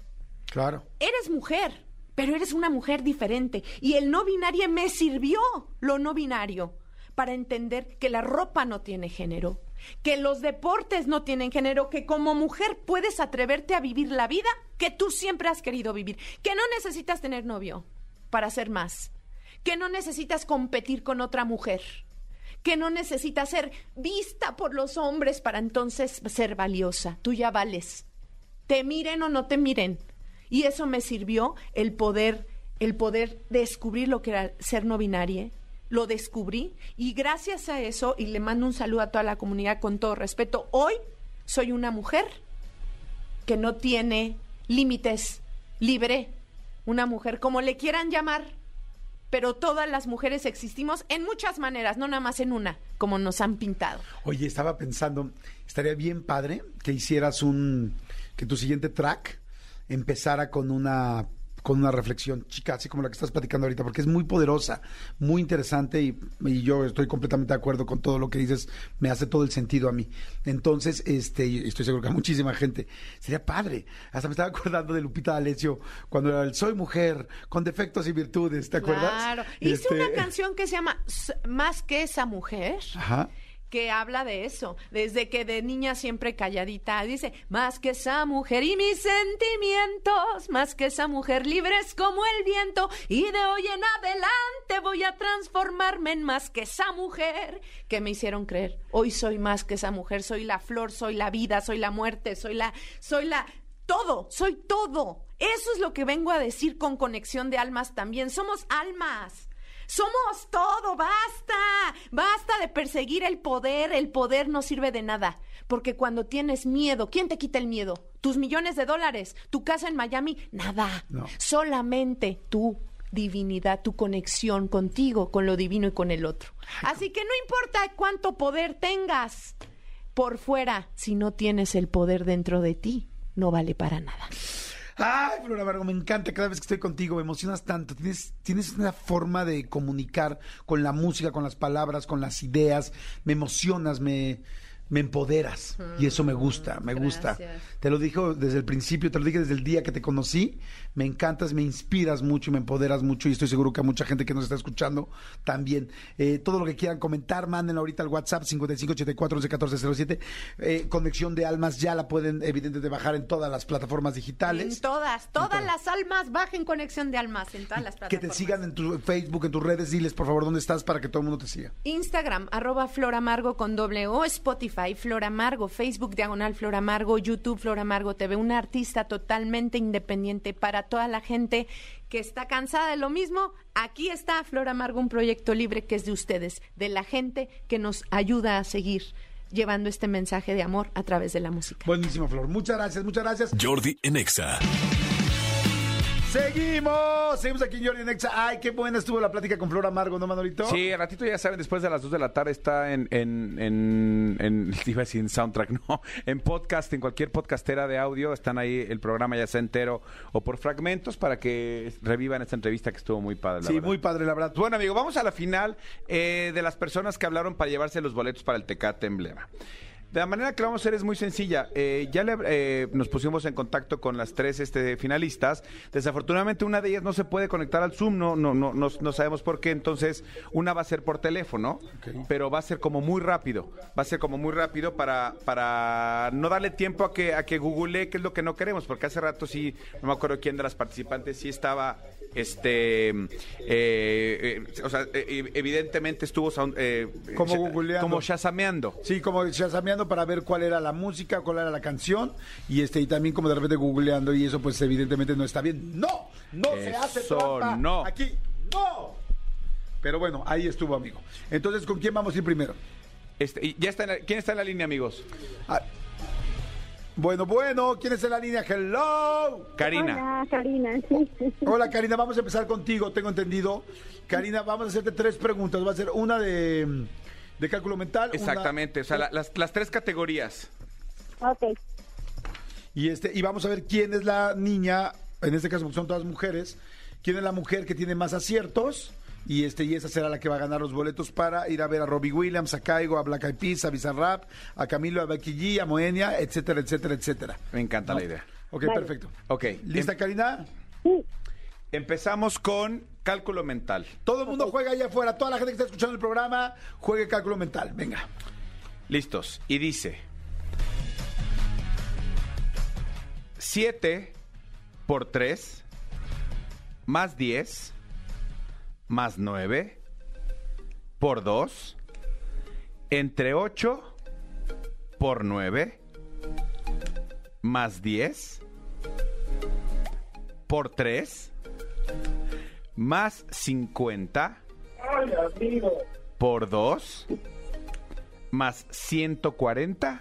Claro. Eres mujer, pero eres una mujer diferente. Y el no binario me sirvió, lo no binario, para entender que la ropa no tiene género, que los deportes no tienen género, que como mujer puedes atreverte a vivir la vida que tú siempre has querido vivir, que no necesitas tener novio, para ser más, que no necesitas competir con otra mujer, que no necesitas ser vista por los hombres para entonces ser valiosa. Tú ya vales. Te miren o no te miren. Y eso me sirvió el poder, el poder descubrir lo que era ser no binaria. Lo descubrí y gracias a eso, y le mando un saludo a toda la comunidad con todo respeto, hoy soy una mujer que no tiene límites, libre, una mujer como le quieran llamar, pero todas las mujeres existimos en muchas maneras, no nada más en una, como nos han pintado. Oye, estaba pensando, estaría bien padre que hicieras un, que tu siguiente track empezara con una con una reflexión, chica, así como la que estás platicando ahorita, porque es muy poderosa, muy interesante y, y yo estoy completamente de acuerdo con todo lo que dices, me hace todo el sentido a mí. Entonces, este, y estoy seguro que a muchísima gente sería padre. Hasta me estaba acordando de Lupita D'Alessio cuando era el Soy mujer, con defectos y virtudes, ¿te acuerdas? Claro, hice Este... una canción que se llama Más que esa mujer. Ajá. Que habla de eso, desde que de niña siempre calladita, dice, más que esa mujer y mis sentimientos, más que esa mujer libres como el viento, y de hoy en adelante voy a transformarme en más que esa mujer, que me hicieron creer, hoy soy más que esa mujer, soy la flor, soy la vida, soy la muerte, soy la, soy la, todo, soy todo, eso es lo que vengo a decir con Conexión de Almas también, somos almas. Somos todo, basta, basta de perseguir el poder, el poder no sirve de nada, porque cuando tienes miedo, ¿quién te quita el miedo? Tus millones de dólares, tu casa en Miami, nada, no. Solamente tu divinidad, tu conexión contigo, con lo divino y con el otro. Así que no importa cuánto poder tengas por fuera, si no tienes el poder dentro de ti, no vale para nada. Ay, Flora Margo, me encanta cada vez que estoy contigo, me emocionas tanto, tienes, tienes una forma de comunicar con la música, con las palabras, con las ideas, me emocionas, me, me empoderas mm, y eso me gusta, me gracias. gusta. Te lo dije desde el principio, te lo dije desde el día que te conocí, me encantas, me inspiras mucho y me empoderas mucho y estoy seguro que a mucha gente que nos está escuchando también. Eh, todo lo que quieran comentar, mándenlo ahorita al WhatsApp cincuenta y cinco ochenta y cuatro once catorce cero siete. Eh, Conexión de Almas ya la pueden evidentemente bajar en todas las plataformas digitales. En todas, todas, todas. las almas bajen Conexión de Almas en todas las plataformas. Que te sigan en tu Facebook, en tus redes, diles por favor dónde estás para que todo el mundo te siga. Instagram, arroba Flora Margo con doble O, Spotify, Flora Margo, Facebook, diagonal Flora Margo, YouTube, Flora Margo T V, una artista totalmente independiente para toda la gente que está cansada de lo mismo. Aquí está Flora Margo, un proyecto libre que es de ustedes, de la gente que nos ayuda a seguir llevando este mensaje de amor a través de la música. Buenísimo, Flor. Muchas gracias, muchas gracias. Jordi en Exa. Seguimos, seguimos aquí en Jordi en Exa. Ay, qué buena estuvo la plática con Flora Margo, ¿no, Manolito? Sí, al ratito ya saben, después de las dos de la tarde está en, en, en, en iba a decir en Soundtrack, no, en podcast, en cualquier podcastera de audio, están ahí el programa ya sea entero o por fragmentos para que revivan esta entrevista que estuvo muy padre, la Sí, verdad. muy padre, la verdad. Bueno, amigo, vamos a la final eh, de las personas que hablaron para llevarse los boletos para el Tecate Emblema. De la manera que lo vamos a hacer es muy sencilla. Eh, ya le, eh, nos pusimos en contacto con las tres este, finalistas. Desafortunadamente una de ellas no se puede conectar al Zoom, no, no, no, no, no sabemos por qué. Entonces una va a ser por teléfono, okay. Pero va a ser como muy rápido. Va a ser como muy rápido para, para no darle tiempo a que, a que googlee qué es lo que no queremos. Porque hace rato sí, no me acuerdo quién de las participantes sí estaba... Este, eh, eh, o sea, eh, evidentemente estuvo eh, como googleando, como shazameando. Sí, como shazameando para ver cuál era la música, cuál era la canción y este y también como de repente googleando y eso pues evidentemente no está bien. No, no eso se hace trampa. No. Aquí, no. Pero bueno, ahí estuvo, amigo. Entonces, ¿con quién vamos a ir primero? Este, ya está en la, ¿quién está en la línea, amigos? Ah, Bueno, bueno, ¿quién está en la línea? Hello. Karina. Hola, Karina. Sí. Hola, Karina, vamos a empezar contigo, tengo entendido. Karina, vamos a hacerte tres preguntas. Va a ser una de, de cálculo mental. Exactamente, una... o sea, la, las, las tres categorías. Ok. Y, este, y vamos a ver quién es la niña, en este caso son todas mujeres, quién es la mujer que tiene más aciertos. Y este y esa será la que va a ganar los boletos para ir a ver a Robbie Williams, a Caigo, a Black Eyed Peas, a Bizarrap, a Camilo, a Becky G, a Moenia, etcétera, etcétera, etcétera. Me encanta ¿no? la idea. Ok, vale. Perfecto. Ok. ¿Lista, em Karina? Sí. Empezamos con cálculo mental. Todo el mundo juega allá afuera, toda la gente que está escuchando el programa, juegue cálculo mental. Venga. Listos. Y dice... siete por tres más diez más nueve por dos, entre ocho por nueve, más diez por tres, más cincuenta por dos, más ciento cuarenta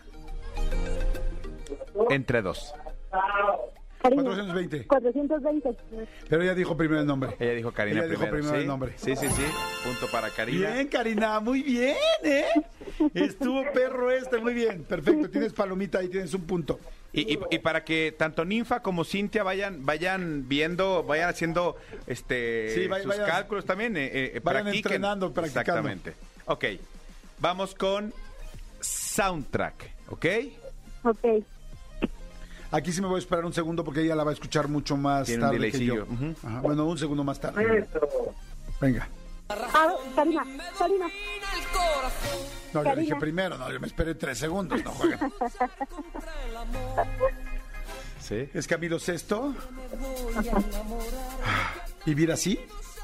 entre dos. cuatrocientos veinte. cuatrocientos veinte. Pero ella dijo primero el nombre. Ella dijo Karina Ella dijo primero. primero ¿sí? el nombre. Sí, sí, sí. Punto para Karina. Bien, Karina, muy bien, ¿eh? Estuvo perro este, muy bien. Perfecto, tienes palomita ahí, tienes un punto. Y, y, y para que tanto Ninfa como Cintia vayan vayan viendo, vayan haciendo este Sí, vay- sus vayan- cálculos también. Eh, eh, vayan practiquen. entrenando, practicando. Exactamente. Ok, vamos con soundtrack, ¿ok? Ok. Aquí sí me voy a esperar un segundo porque ella la va a escuchar mucho más Tiene un tarde que yo. delaycillo. Ujú. Ajá, bueno, un segundo más tarde. Venga. A ver, Karina, Karina. No, yo Karina. dije primero, no, yo me esperé tres segundos, no jueguen. Sí. ¿Es Camilo Sesto? ¿Vivir así?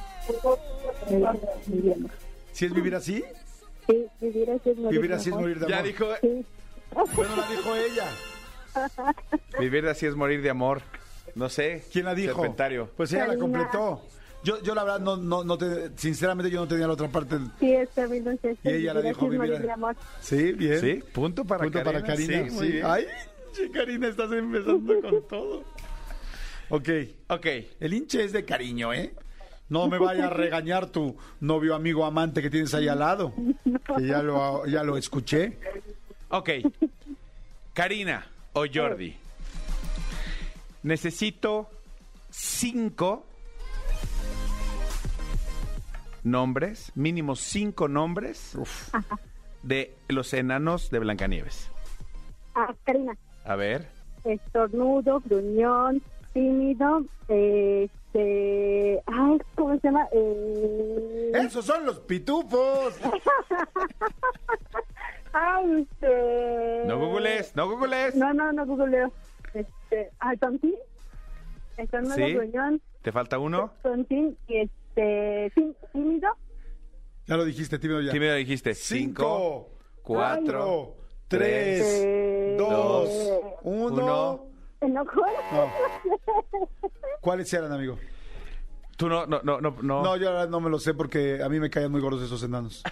¿Sí es vivir así? Sí, vivir así es morir Vivir de así es amor. morir de amor. Ya dijo, Sí. Bueno, la dijo ella. vivir así es morir de amor. No sé. ¿Quién la dijo? Serpentario. Pues ella la Karina. completó. Yo, yo la verdad, no, no, no te, sinceramente yo no tenía la otra parte. Sí, es Camilo Sesto. Y ella la Vivir dijo así es vivir morir de amor. Sí, bien. Sí, punto para Punto Karina. para Karina. Sí, muy sí. bien. Ay, che, Karina, estás empezando con todo. Ok. Ok. El hinche es de cariño, ¿eh? No me vaya a regañar tu novio, amigo, amante que tienes ahí al lado. Que ya lo, ya lo escuché. Ok. Karina o Jordi. Necesito cinco nombres, mínimo cinco nombres de los enanos de Blancanieves. Ah, Karina. A ver. Estornudo, gruñón, tímido, este... Ay, ¿cómo se llama? Eh... ¡Esos son los pitufos! Ay, este... No googlees, no googlees. No, no, no googleo. Este... Ah, tontín. Estornudo, ¿Sí? gruñón, ¿Te falta uno? tontín y este... tí- Tímido. Ya lo dijiste, tímido ya. Tímido dijiste. Cinco, Cinco, cuatro, tres, Eh, dos, eh, uno. Enojo. No. ¿Cuáles eran, amigo? Tú no, no, no, no. no. No, yo ahora no me lo sé porque a mí me caen muy gordos esos enanos.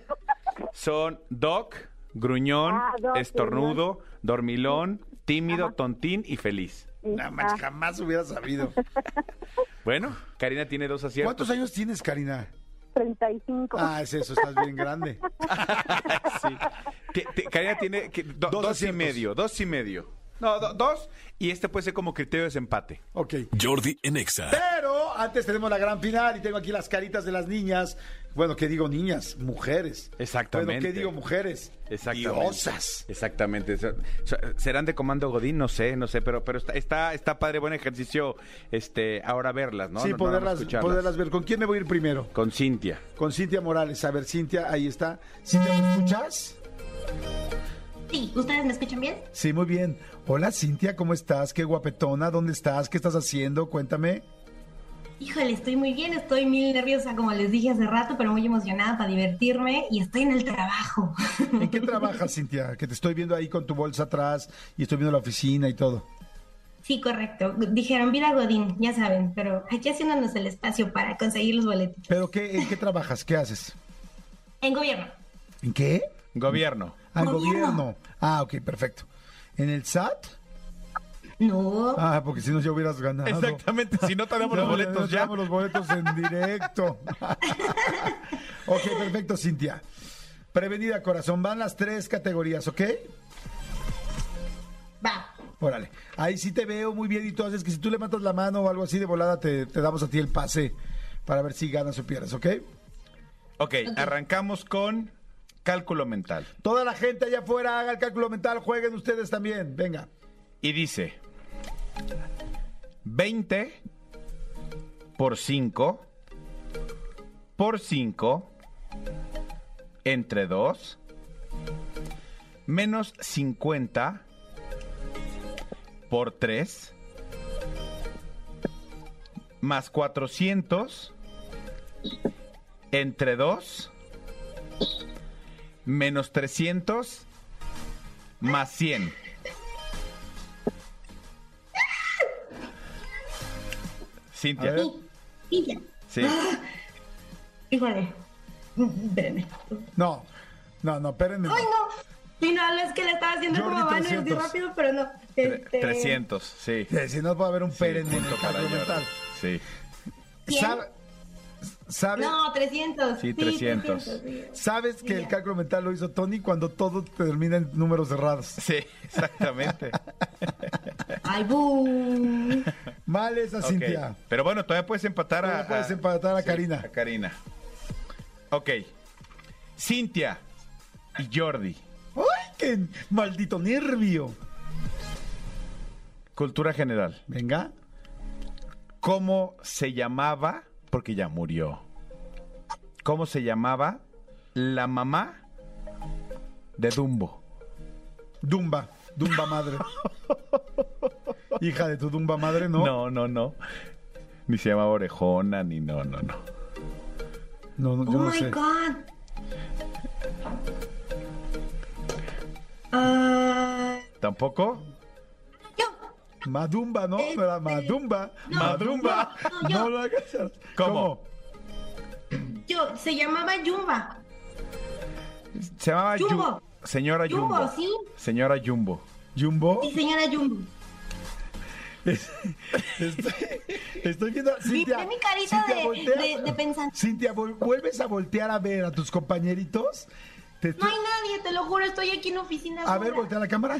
Son Doc, Gruñón, Ah, Doc, Estornudo, Dormilón, Tímido, Ajá. Tontín y Feliz. Nada más, jamás hubiera sabido. Bueno, Karina tiene dos aciertos. ¿Cuántos años tienes, Karina? treinta y cinco. Ah, es eso, estás bien grande. Sí. Ti- ti- Karina tiene que- do- Dos dos, y aciertos. medio, dos y medio. No, do- dos, y este puede ser como criterio de desempate. Ok. Jordi en Exa. Pero antes tenemos la gran final y tengo aquí las caritas de las niñas. Bueno, ¿qué digo niñas? Mujeres. Exactamente. Bueno, ¿qué digo mujeres? Exactamente. Diosas. Exactamente. So- so- ¿Serán de Comando Godín? No sé, no sé, pero, pero está, está, está padre, buen ejercicio este, ahora verlas, ¿no? Sí, No- no nada más poderlas, escucharlas. poderlas ver. ¿Con quién me voy a ir primero? Con Cintia. Con Cintia Morales. A ver, Cintia, ahí está. Cintia, ¿me escuchas? Sí, ¿ustedes me escuchan bien? Sí, muy bien. Hola, Cintia, ¿cómo estás? Qué guapetona. ¿Dónde estás? ¿Qué estás haciendo? Cuéntame. Híjole, estoy muy bien, estoy muy nerviosa, como les dije hace rato, pero muy emocionada para divertirme y estoy en el trabajo. ¿En qué trabajas, Cintia? Que te estoy viendo ahí con tu bolsa atrás y estoy viendo la oficina y todo. Sí, correcto. Dijeron vida Godín, ya saben, pero aquí haciéndonos el espacio para conseguir los boletos. ¿Pero qué, en qué trabajas? ¿Qué haces? En gobierno. ¿En qué? Gobierno. Al Gobierno. gobierno. Ah, ok, perfecto. ¿En el S A T? No. Ah, porque si no ya hubieras ganado. Exactamente, si no tenemos los No, boletos no ya. tenemos los boletos en directo. Ok, perfecto, Cintia. Prevenida, corazón. Van las tres categorías, ¿ok? Va. Órale. Ahí sí te veo muy bien y tú haces que si tú levantas la mano o algo así de volada, te, te damos a ti el pase para ver si ganas o pierdes, ¿ok? Ok, arrancamos con cálculo mental. Toda la gente allá afuera haga el cálculo mental, jueguen ustedes también. Venga. Y dice veinte por cinco por cinco entre dos menos cincuenta por tres más cuatrocientos entre dos menos trescientos más cien. Cintia. Cintia. Sí. Ah, híjole. Espérenme. No, no, no, espérenme. ¡Ay, no! Sí, no, es que le estaba haciendo Jordi, como manos así trescientos. rápido, pero no. Tre- Este... trescientos, sí. Sí, si no puede haber un Sí, perenne en punto el para cálculo Jordi. mental. Sí. ¿Cien? ¿Sabe- ¿Sabe- No, trescientos. Sí, trescientos. sí. ¿Sabes que Sí. el cálculo mental lo hizo Tony cuando todo termina en números cerrados? Sí, exactamente. ¡Ay, bu! Mal esa, Ok. Cintia. Pero bueno, todavía puedes empatar Todavía a... puedes a- empatar a sí, Karina. A Karina. Ok. Cintia y Jordi. ¡Ay, qué maldito nervio! Cultura general. Venga. ¿Cómo se llamaba? Porque ya murió. ¿Cómo se llamaba la mamá de Dumbo? Dumba. Dumba madre. Hija de tu Dumba madre, ¿no? No, no, no. Ni se llamaba Orejona, ni no, no, no. No, no, yo ¡Oh, no my sé. God! Ah, ¿Tampoco? yo. Madumba, ¿no? No era Madumba. No, Madumba. no, no, yo. No lo hagas. ¿Cómo? Yo, se llamaba Yumba. Se llamaba Yu- Jumbo. Señora Jumbo. Jumbo, ¿sí? Señora Jumbo. ¿Jumbo? Sí, señora Jumbo. Es- estoy, estoy viendo a Cintia. Ve mi carita Cintia, de- voltea. de- de pensante. Cintia, vol- ¿vuelves a voltear a ver a tus compañeritos? Te No estoy- hay nadie, te lo juro, estoy aquí en la oficina. A ver, sola. voltea la cámara.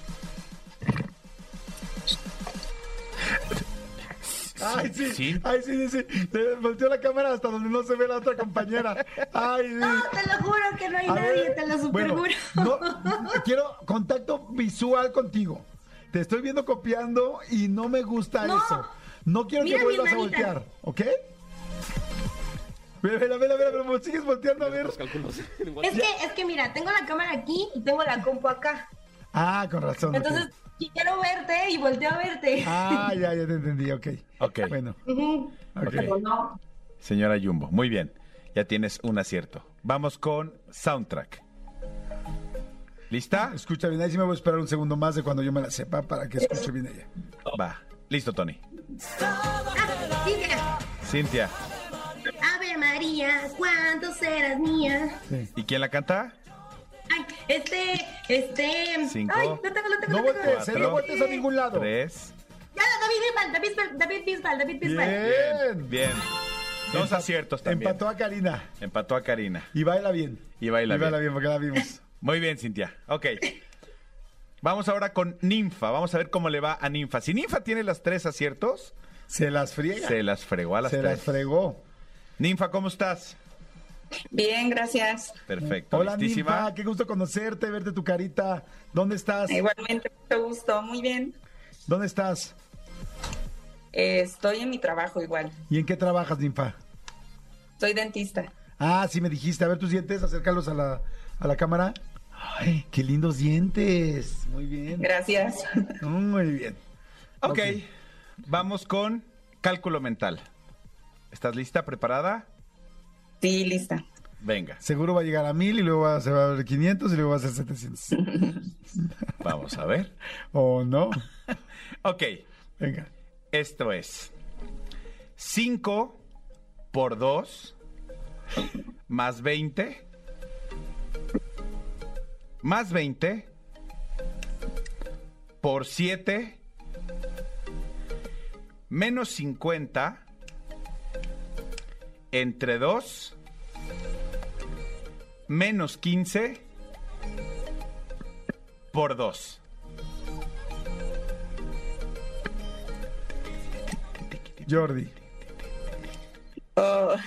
Ay, sí, Sí. ay, sí, sí, sí. Te volteó la cámara hasta donde no se ve la otra compañera. Ay, sí. No, te lo juro que no hay A nadie, ver, te lo bueno, superjuro. no, quiero contacto visual contigo. Te estoy viendo copiando y no me gusta No. eso. No quiero Mira que mis vuelvas a manitas. voltear, ¿ok? Mira, mira, mira, mira, pero sigues volteando a ver. Los cálculos. Es que, es que mira, tengo la cámara aquí y tengo la compu acá. Ah, con razón. ok. Entonces, quiero verte y volteo a verte. Ah, ya, ya te entendí, ok. Ok. Bueno, Ujú. ok. Pero no. Señora Jumbo. Muy bien. Ya tienes un acierto. Vamos con soundtrack. ¿Lista? Escucha bien, ahí sí me voy a esperar un segundo más de cuando yo me la sepa para que escuche bien ella. Va. Listo, Tony. Ah, Cintia. Cintia. Ave María, ¿cuánto serás mía? Sí. ¿Y quién la canta? Ay, este, este. Cinco. Ay, no tengo, no tengo, No no voltees, tengo. eh, Cuatro. no voltees a ningún lado. Tres. Ya, David Bisbal, David Bisbal, David Bisbal, David Bisbal. Bien. Bien. Dos Empa- aciertos también. Empató a Karina. Empató a Karina. Y baila bien. Y baila y baila bien. bien porque la vimos. Muy bien, Cintia. Ok. Vamos ahora con Ninfa. Vamos a ver cómo le va a Ninfa. Si Ninfa tiene las tres aciertos, Se las friega. se las fregó a las Se tres. las fregó. Ninfa, ¿cómo estás? Bien, gracias. Perfecto. Hola, ¿Listísima? Ninfa. Qué gusto conocerte, verte tu carita. ¿Dónde estás? Igualmente, mucho gusto. Muy bien. ¿Dónde estás? Eh, estoy en mi trabajo igual. ¿Y en qué trabajas, Ninfa? Soy dentista. Ah, sí me dijiste. A ver tus dientes, acércalos a la, a la cámara. Ay, qué lindos dientes. Muy bien. Gracias. Muy bien. Ok. Ok. Vamos con cálculo mental. ¿Estás lista? ¿Preparada? Sí, lista. Venga. Seguro va a llegar a mil y luego va, se va a ver quinientos y luego va a ser setecientos. Vamos a ver. ¿O no? Ok. Venga. Esto es cinco por dos más veinte más veinte por siete menos cincuenta entre dos menos quince por dos. Jordi. Oh,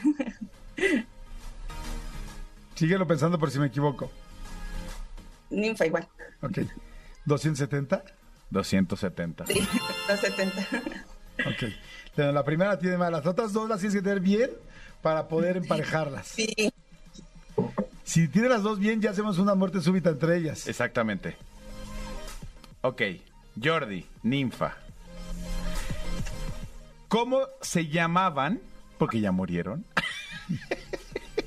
Síguelo pensando por si me equivoco. ninfa igual. Ok. ¿doscientos setenta? doscientos setenta. Sí, doscientos setenta. Ok. Pero la primera tiene mal. Las otras dos las tienes que tener bien para poder emparejarlas. Sí. Si tienes las dos bien, ya hacemos una muerte súbita entre ellas. Exactamente. Ok, Jordi, Ninfa. ¿Cómo se llamaban? Porque ya murieron.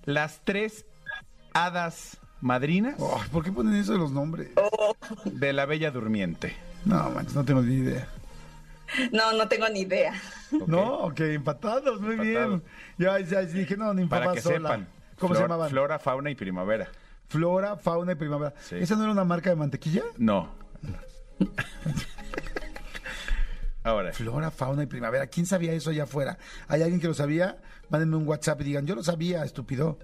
las tres hadas madrinas Oh, ¿por qué ponen eso de los nombres? de la Bella Durmiente. No, manches, no tengo ni idea. No, no tengo ni idea. Ok. No, ok, empatados, muy Empatados. bien. Ya, ya dije, no, ni Para papá que sola. sepan. ¿Cómo Flor- se llamaban? Flora, fauna y primavera. Flora, fauna y primavera. Sí. ¿Esa no era una marca de mantequilla? No. Ahora. Flora, fauna y primavera. ¿Quién sabía eso allá afuera? ¿Hay alguien que lo sabía? Mándenme un WhatsApp y digan, yo lo sabía, estúpido.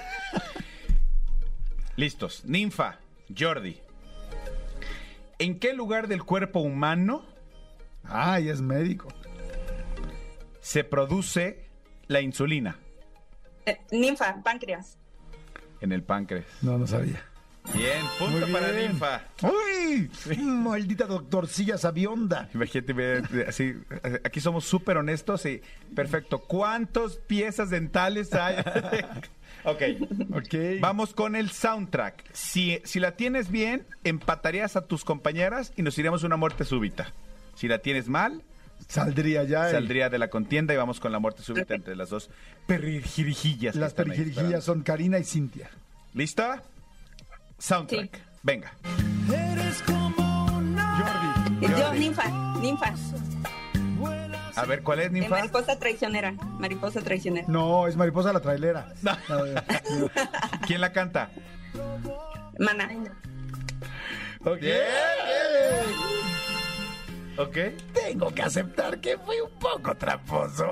Listos. Ninfa, Jordi. ¿En qué lugar del cuerpo humano Ah, ya es médico. se produce la insulina? Eh, ninfa, páncreas. En el páncreas. No, no sabía. Bien, punto Muy para bien. Ninfa. ¡Uy! Maldita doctorcilla sabionda. Imagínate, ve, así, aquí somos súper honestos y perfecto. ¿Cuántas piezas dentales hay? Ok. Ok. Vamos con el soundtrack. Si, si la tienes bien, empatarías a tus compañeras y nos iríamos a una muerte súbita. Si la tienes mal, Saldría ya. el- saldría de la contienda y vamos con la muerte súbita entre las dos perijirijillas. que Las están ahí perijirijillas son Karina y Cintia. esperando. ¿Lista? Soundtrack. Sí. Venga. Jordi. Yo, ninfa, ninfa. A ver, ¿cuál es, Eh, Ninfa? mariposa traicionera. Mariposa traicionera. No, es mariposa la trailera. A ver. ¿Quién la canta? Mana. Ok. ¿Ok? Tengo que aceptar que fui un poco tramposo.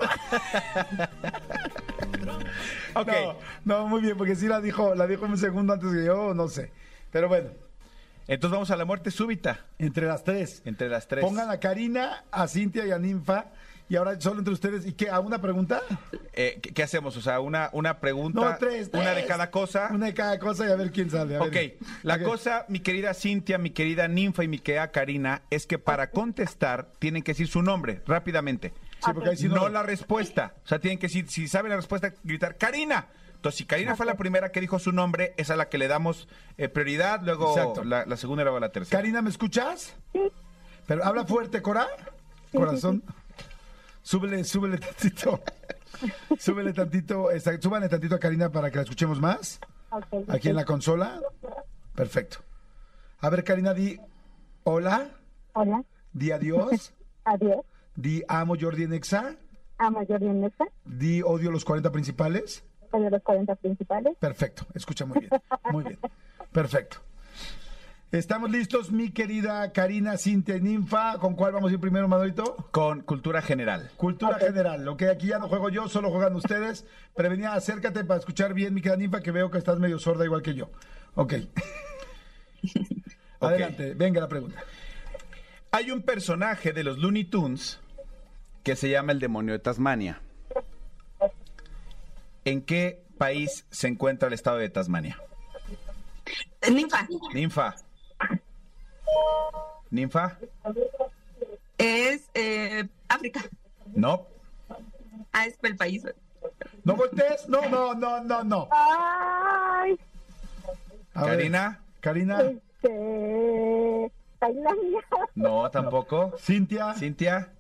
Ok. No, no, muy bien, porque sí la dijo, la dijo un segundo antes que yo, no sé. Pero bueno, Entonces vamos a la muerte súbita. entre las tres. Entre las tres. Pongan a Karina, a Cintia y a Ninfa. Y ahora solo entre ustedes. ¿Y qué? ¿A una pregunta? Eh, ¿qué, qué hacemos? O sea, una, una pregunta. No, tres, Una tres. de cada cosa. Una de cada cosa y a ver quién sale. A Ok, ver. la Ok. cosa, mi querida Cintia, mi querida Ninfa y mi querida Karina, es que para contestar tienen que decir su nombre rápidamente. Sí, porque ahí sí no, no- la respuesta. O sea, tienen que decir, si saben la respuesta, gritar ¡Karina! Entonces, si Karina fue la primera que dijo su nombre, es a la que le damos eh, prioridad, luego Exacto. la, la segunda y luego la tercera. Karina, ¿me escuchas? Sí. Pero habla fuerte, Cora. Corazón. Súbele, súbele tantito. Súbele tantito, esta- súbale tantito a Karina para que la escuchemos más. Ok. Aquí en la consola. Perfecto. A ver, Karina, di hola, Hola. di adiós, Adiós. di amo Jordi en Exa, Amo Jordi en Nexa. di odio los cuarenta principales. Soy de los cuarenta principales. Perfecto, escucha muy bien, muy bien. Perfecto. Estamos listos, mi querida Karina, Cintia y Ninfa. ¿Con cuál vamos a ir primero, Manolito? Con cultura general. Cultura general. Lo que aquí ya no juego yo, solo juegan ustedes. Prevenía, acércate para escuchar bien, mi querida Ninfa, que veo que estás medio sorda igual que yo. Ok. Adelante, venga la pregunta. Hay un personaje de los Looney Tunes que se llama el demonio de Tasmania. ¿En qué país se encuentra el estado de Tasmania? Eh, ninfa. Ninfa. Ninfa. Es eh, África. No. Ah, es el país. ¿No voltees? No, no, no, no, no. Ay, A ver, Karina. Karina. este... Tailandia. No, tampoco. Cintia. Cintia.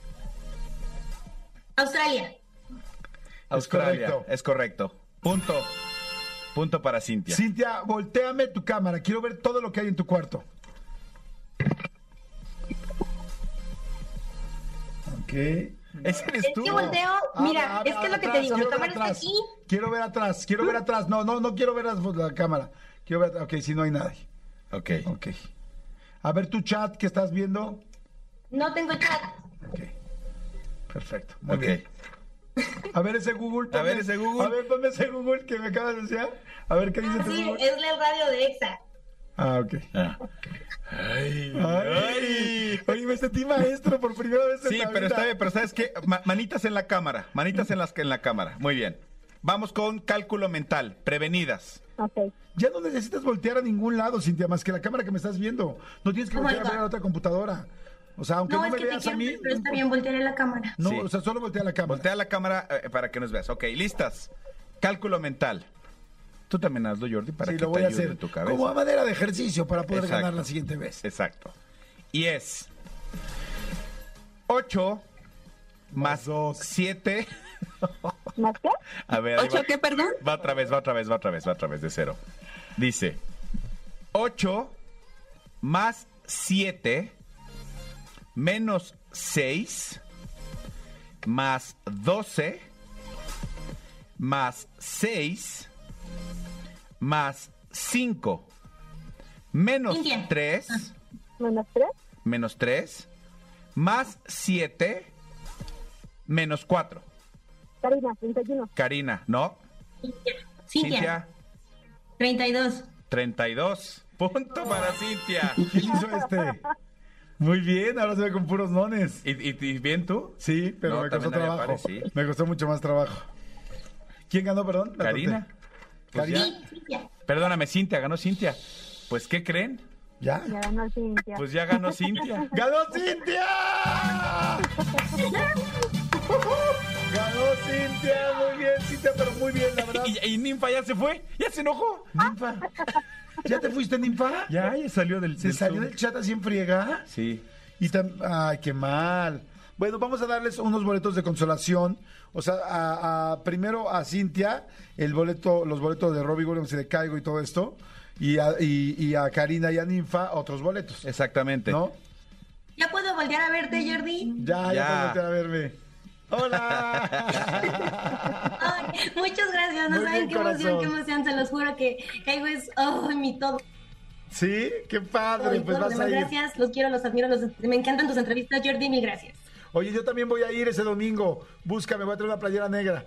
Australia. Australia. correcto. Es correcto. Punto. Punto para Cintia. Cintia, volteame tu cámara. Quiero ver todo lo que hay en tu cuarto. Ok. Ese eres Es tú. que volteo, A mira, ver, a ver, es que es lo que atrás, te digo, mi quiero ver cámara está atrás. aquí. Quiero ver atrás, quiero ver atrás. No, no, no quiero ver las- la, cámara. Quiero ver, ok, si no hay nadie. Ok. Ok. A ver tu chat que estás viendo. No tengo chat. Ok. Perfecto. Muy Ok. bien. A ver ese Google. A ver ese Google. A ver, ponme ese Google que me acabas de enseñar. A ver qué dice Ah, tu sí, Google. es el radio de EXA. Ah, ok. Ah. Ay, Ay. Oye, me sentí maestro por primera vez en Sí, la pero vida. está bien, pero ¿sabes qué? Ma- manitas en la cámara, manitas en, las, en la cámara. Muy bien. Vamos con cálculo mental, prevenidas. Ok. Ya no necesitas voltear a ningún lado, Cintia, más que la cámara que me estás viendo. No tienes que Oh my voltear a ver God. a la otra computadora. O sea, aunque No, no, es me que te veas a quiero, mí. pero está bien, voltearé la cámara. No, Sí. o sea, solo voltea a la cámara. Voltea la cámara eh, para que nos veas. Ok, listas. Cálculo mental. Tú también hazlo, Jordi, para Sí, que lo voy te a ayude hacer en tu cabeza. como a manera de ejercicio para poder Exacto. ganar la siguiente vez. Exacto. Y es ocho más siete. ¿Más qué? A ver, ahí ¿Ocho va. qué, perdón? Va otra vez, va otra vez, va otra vez, va otra vez de cero. Dice, ocho más siete menos seis más doce más seis más cinco menos Cintia. tres ¿Menos tres? menos tres más siete menos cuatro. Karina, treinta y uno. Karina, ¿no? Cintia. treinta y dos. treinta y dos. Punto para Cintia. ¿Y quién hizo este? Muy bien, ahora se ve con puros nones. ¿Y, y, y bien tú? Sí, pero No, me costó también había trabajo. pares, sí. Me costó mucho más trabajo. ¿Quién ganó, perdón? La Karina. tonté. Pues Karina. Sí, Cintia. Perdóname, Cintia, ganó Cintia. Pues, ¿qué creen? ¿Ya? Ya ganó Cintia. Pues ya ganó Cintia. ¡Ganó Cintia! ¡Ganó Cintia! Muy bien, Cintia, pero muy bien, la verdad. ¿Y, y Ninfa ya se fue? ¿Ya se enojó? Ninfa. ¿Ya te fuiste, Ninfa? Ya, ya salió del... ¿Se del salió Zoom. del chat así en friega? Sí. Y tam- Ay, qué mal. Bueno, vamos a darles unos boletos de consolación. O sea, a, a- primero a Cintia, el boleto, los boletos de Robbie Williams y de Caigo y todo esto. Y a, y, y a Karina y a Ninfa, otros boletos. Exactamente. ¿No? ¿Ya puedo voltear a verte, Jordi? Ya, ya, Ya. puedes voltear a verme. ¡Hola! Ay, muchas gracias, no Muy saben bien, qué emoción, corazón. qué emoción, se los juro que Caigo es oh, mi todo. ¿Sí? ¡Qué padre! Ay, Pues todo, vas de a verdad, ir. gracias, los quiero, los admiro, los, me encantan tus entrevistas, Jordi, mil gracias. Oye, yo también voy a ir ese domingo. Búscame, voy a traer una playera negra.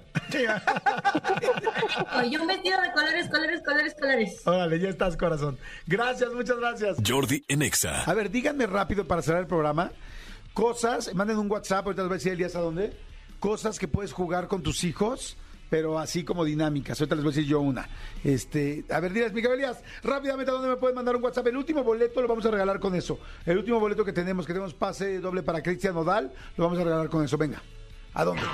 Oye, yo un vestido de colores, colores, colores, colores. Órale, ya estás, corazón. Gracias, muchas gracias. Jordi en Exa. A ver, díganme rápido para cerrar el programa. Cosas, manden un WhatsApp, ahorita les voy a decir Elías a dónde. Cosas que puedes jugar con tus hijos, pero así como dinámicas. Ahorita les voy a decir yo una. Este, a ver, diles, Miguel Elías, rápidamente a dónde me pueden mandar un WhatsApp. El último boleto lo vamos a regalar con eso. El último boleto que tenemos, que tenemos pase doble para Cristian Nodal, lo vamos a regalar con eso. Venga, ¿a dónde?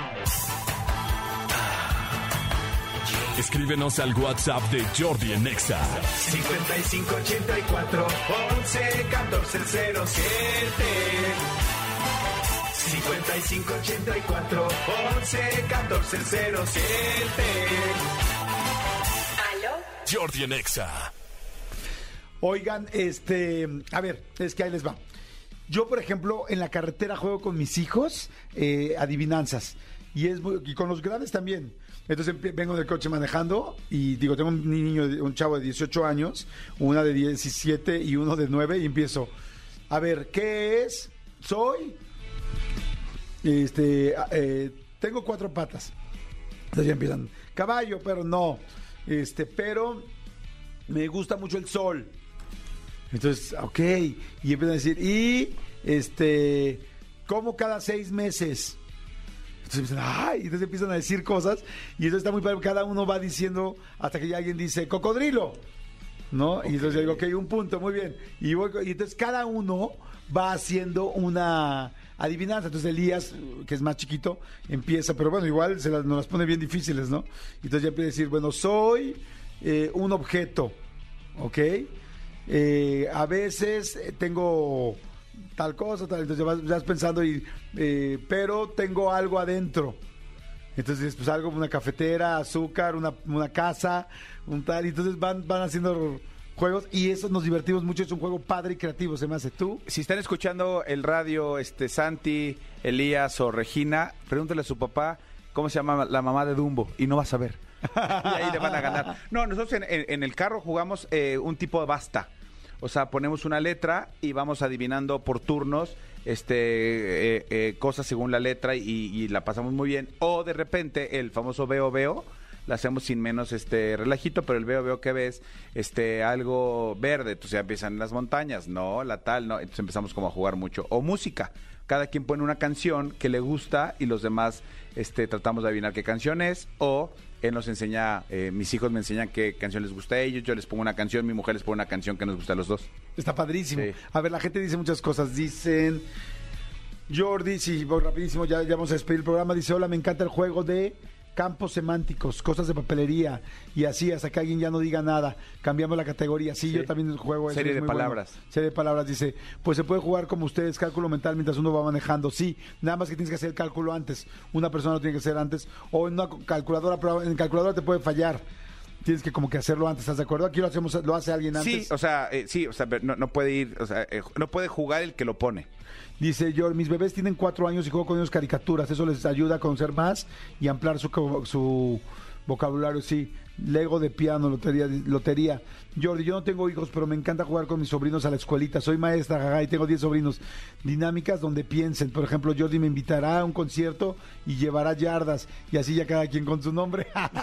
Escríbenos al WhatsApp de Jordi en Exa. cincuenta y cinco ochenta y cuatro once catorce cero siete. cincuenta y cinco ochenta y cuatro once catorce cero siete. ¿Aló? Jordi en Exa. Oigan, este, a ver, es que ahí les va. Yo, por ejemplo, en la carretera juego con mis hijos eh, adivinanzas. Y es muy- y con los grandes también. Entonces empie- vengo del coche manejando y digo, tengo un niño, de- un chavo de dieciocho años, una de diecisiete y uno de nueve y empiezo, a ver, ¿qué es? Soy, este, a- eh, tengo cuatro patas. Entonces ya empiezan, caballo, pero no, este, pero me gusta mucho el sol. Entonces, ok, y empiezan a decir, y, este, como cada seis meses. Entonces empiezan, ay, entonces empiezan a decir cosas y eso está muy padre, cada uno va diciendo hasta que ya alguien dice cocodrilo, ¿no? Y entonces yo digo, ok, un punto, muy bien. Y, voy, y entonces cada uno va haciendo una adivinanza. Entonces Elías, que es más chiquito, empieza, pero bueno, igual se las, nos las pone bien difíciles, ¿no? Y entonces ya empieza a decir, bueno, soy eh, un objeto, ¿ok? Eh, a veces eh, tengo tal cosa, tal, entonces ya vas, ya vas pensando y eh, pero tengo algo adentro. Entonces, pues algo, una cafetera, azúcar, una, una casa, un tal, y entonces van, van haciendo juegos y eso nos divertimos mucho, es un juego padre y creativo, se me hace. ¿Tú? Si están escuchando el radio, este Santi, Elías o Regina, pregúntale a su papá cómo se llama la mamá de Dumbo y no vas a ver. Y ahí le van a ganar. No, nosotros en, en- en el carro jugamos eh, un tipo de basta. O sea, ponemos una letra y vamos adivinando por turnos este eh, eh, cosas según la letra y, y la pasamos muy bien. O de repente el famoso veo veo la hacemos sin menos este relajito, pero el veo veo que ves este algo verde, entonces ya empiezan las montañas, no, la tal, no, entonces empezamos como a jugar mucho. O música, cada quien pone una canción que le gusta y los demás este tratamos de adivinar qué canción es. O él nos enseña, eh, mis hijos me enseñan qué canción les gusta a ellos, yo les pongo una canción, mi mujer les pone una canción que nos gusta a los dos. Está padrísimo. Sí. A ver, la gente dice muchas cosas. Dicen, Jordi, sí, voy rapidísimo, ya, ya vamos a despedir el programa. Dice, hola, me encanta el juego de campos semánticos, cosas de papelería y así hasta que alguien ya no diga nada. Cambiamos la categoría. Sí, Sí. yo también juego eso. Serie es de muy bueno. palabras. Serie de palabras, dice, pues se puede jugar como ustedes, cálculo mental mientras uno va manejando. Sí, nada más que tienes que hacer el cálculo antes. Una persona lo tiene que hacer antes. O en una calculadora, pero en calculadora te puede fallar. Tienes que como que hacerlo antes, ¿estás de acuerdo? Aquí lo hacemos, lo hace alguien antes. Sí, o sea, eh, sí, o sea, pero no, no puede ir, o sea, eh, no puede jugar el que lo pone. Dice yo, mis bebés tienen cuatro años y juego con ellos caricaturas. Eso les ayuda a conocer más y ampliar su, co- su vocabulario, sí. Lego de piano, lotería, lotería. Jordi, yo no tengo hijos, pero me encanta jugar con mis sobrinos a la escuelita. Soy maestra, jaja, y tengo diez sobrinos. Dinámicas donde piensen. Por ejemplo, Jordi me invitará a un concierto y llevará yardas. Y así ya cada quien con su nombre.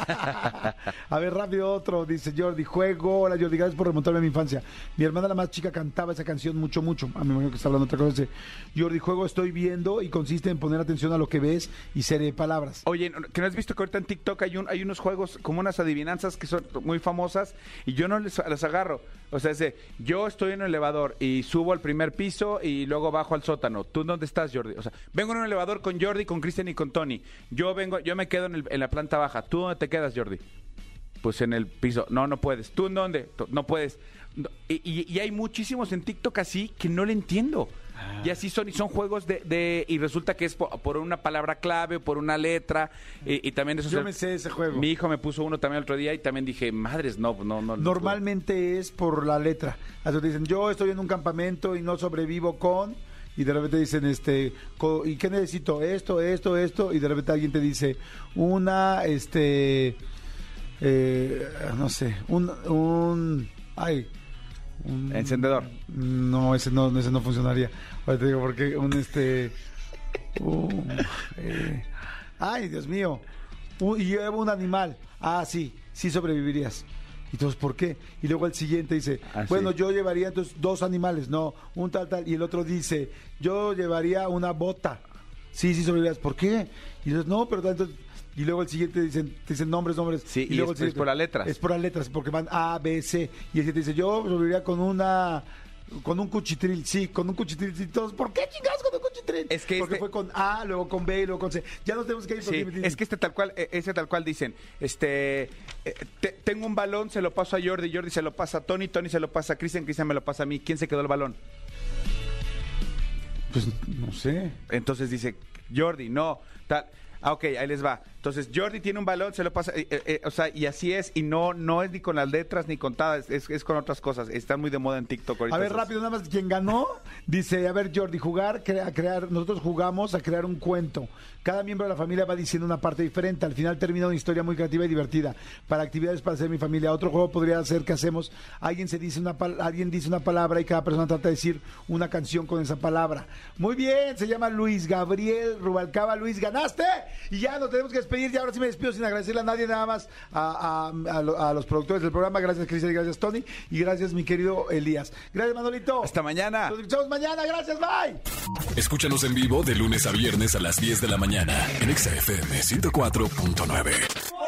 A ver, rápido otro. Dice Jordi, juego. Hola Jordi, gracias por remontarme a mi infancia. Mi hermana la más chica cantaba esa canción mucho, mucho. A mí me imagino que está hablando otra cosa. Dice, Jordi, juego estoy viendo y consiste en poner atención a lo que ves y serie de palabras. Oye, ¿que no has visto que ahorita en TikTok hay, un, hay unos juegos como unas adivinanzas que son muy famosas y yo no les, las agarro? O sea, es de, yo estoy en un elevador y subo al primer piso y luego bajo al sótano. ¿Tú dónde estás, Jordi? O sea, vengo en un elevador con Jordi, con Cristian y con Tony. Yo vengo, yo me quedo en, el- en la planta baja. ¿Tú dónde te quedas, Jordi? Pues en el piso. No, no puedes. ¿Tú en dónde? Tú- No puedes. No. Y, y- y hay muchísimos en TikTok así que no le entiendo. Y así son, y son juegos de, de y resulta que es por, por una palabra clave o por una letra, y, y también eso Yo se- me sé ese juego. Mi hijo me puso uno también el otro día y también dije, madres, no, no, no. Normalmente es por la letra. Así te dicen, yo estoy en un campamento y no sobrevivo con... Y de repente dicen, este, co- ¿y qué necesito? Esto, esto, esto. Y de repente alguien te dice, una, este, eh, no sé, un, un, ay... un- Encendedor. No, ese no, ese no funcionaría. Ahora te digo, porque un, este... un, eh, ay, Dios mío. Un- y llevo un animal. Ah, sí, sí sobrevivirías. Y entonces, ¿por qué? Y luego el siguiente dice, Ah, bueno, sí. yo llevaría entonces dos animales, no, un tal, tal. Y el otro dice, yo llevaría una bota. Sí, sí sobrevivirías. ¿Por qué? Y entonces, no, pero entonces... Y luego el siguiente dicen, te dicen nombres, nombres. Sí, y luego es- el es por las letras. Es por las letras, porque van A, B, C. Y el siguiente dice, yo sobreviviría con una... Con un cuchitril, sí, con un cuchitril. Y todos, ¿por qué chingados con un cuchitril? Es que Porque este- fue con A, luego con B y luego con C. Ya nos tenemos que ir. Sí, porque- es que este tal cual, eh, ese tal cual dicen, este, eh, te- tengo un balón, se lo paso a Jordi, Jordi se lo pasa a Tony, Tony se lo pasa a Cristian, Cristian me lo pasa a mí. ¿Quién se quedó el balón? Pues no sé. Entonces dice, Jordi, no, tal. Ah, ok, ahí les va. Entonces, Jordi tiene un balón, se lo pasa, eh, eh, o sea, y así es, y no no es ni con las letras ni contadas, es, es con otras cosas. Están muy de moda en TikTok ahorita. A ver, esos. rápido, nada más, quien ganó, dice, a ver, Jordi, jugar, crea- crear, nosotros jugamos a crear un cuento. Cada miembro de la familia va diciendo una parte diferente. Al final termina una historia muy creativa y divertida. Para actividades para hacer mi familia. Otro juego podría ser que hacemos, alguien se dice una pal- alguien dice una palabra y cada persona trata de decir una canción con esa palabra. Muy bien, se llama Luis Gabriel Rubalcaba. Luis, ganaste. Y ya nos tenemos que despedir. Y ahora sí me despido sin agradecerle a nadie, nada más a, a- a lo- a los productores del programa. Gracias, Cristian, y gracias, Tony. Y gracias, mi querido Elías. Gracias, Manolito. Hasta mañana. Nos escuchamos mañana. Gracias, bye. Escúchanos en vivo de lunes a viernes a las diez de la mañana en Exa F M ciento cuatro punto nueve.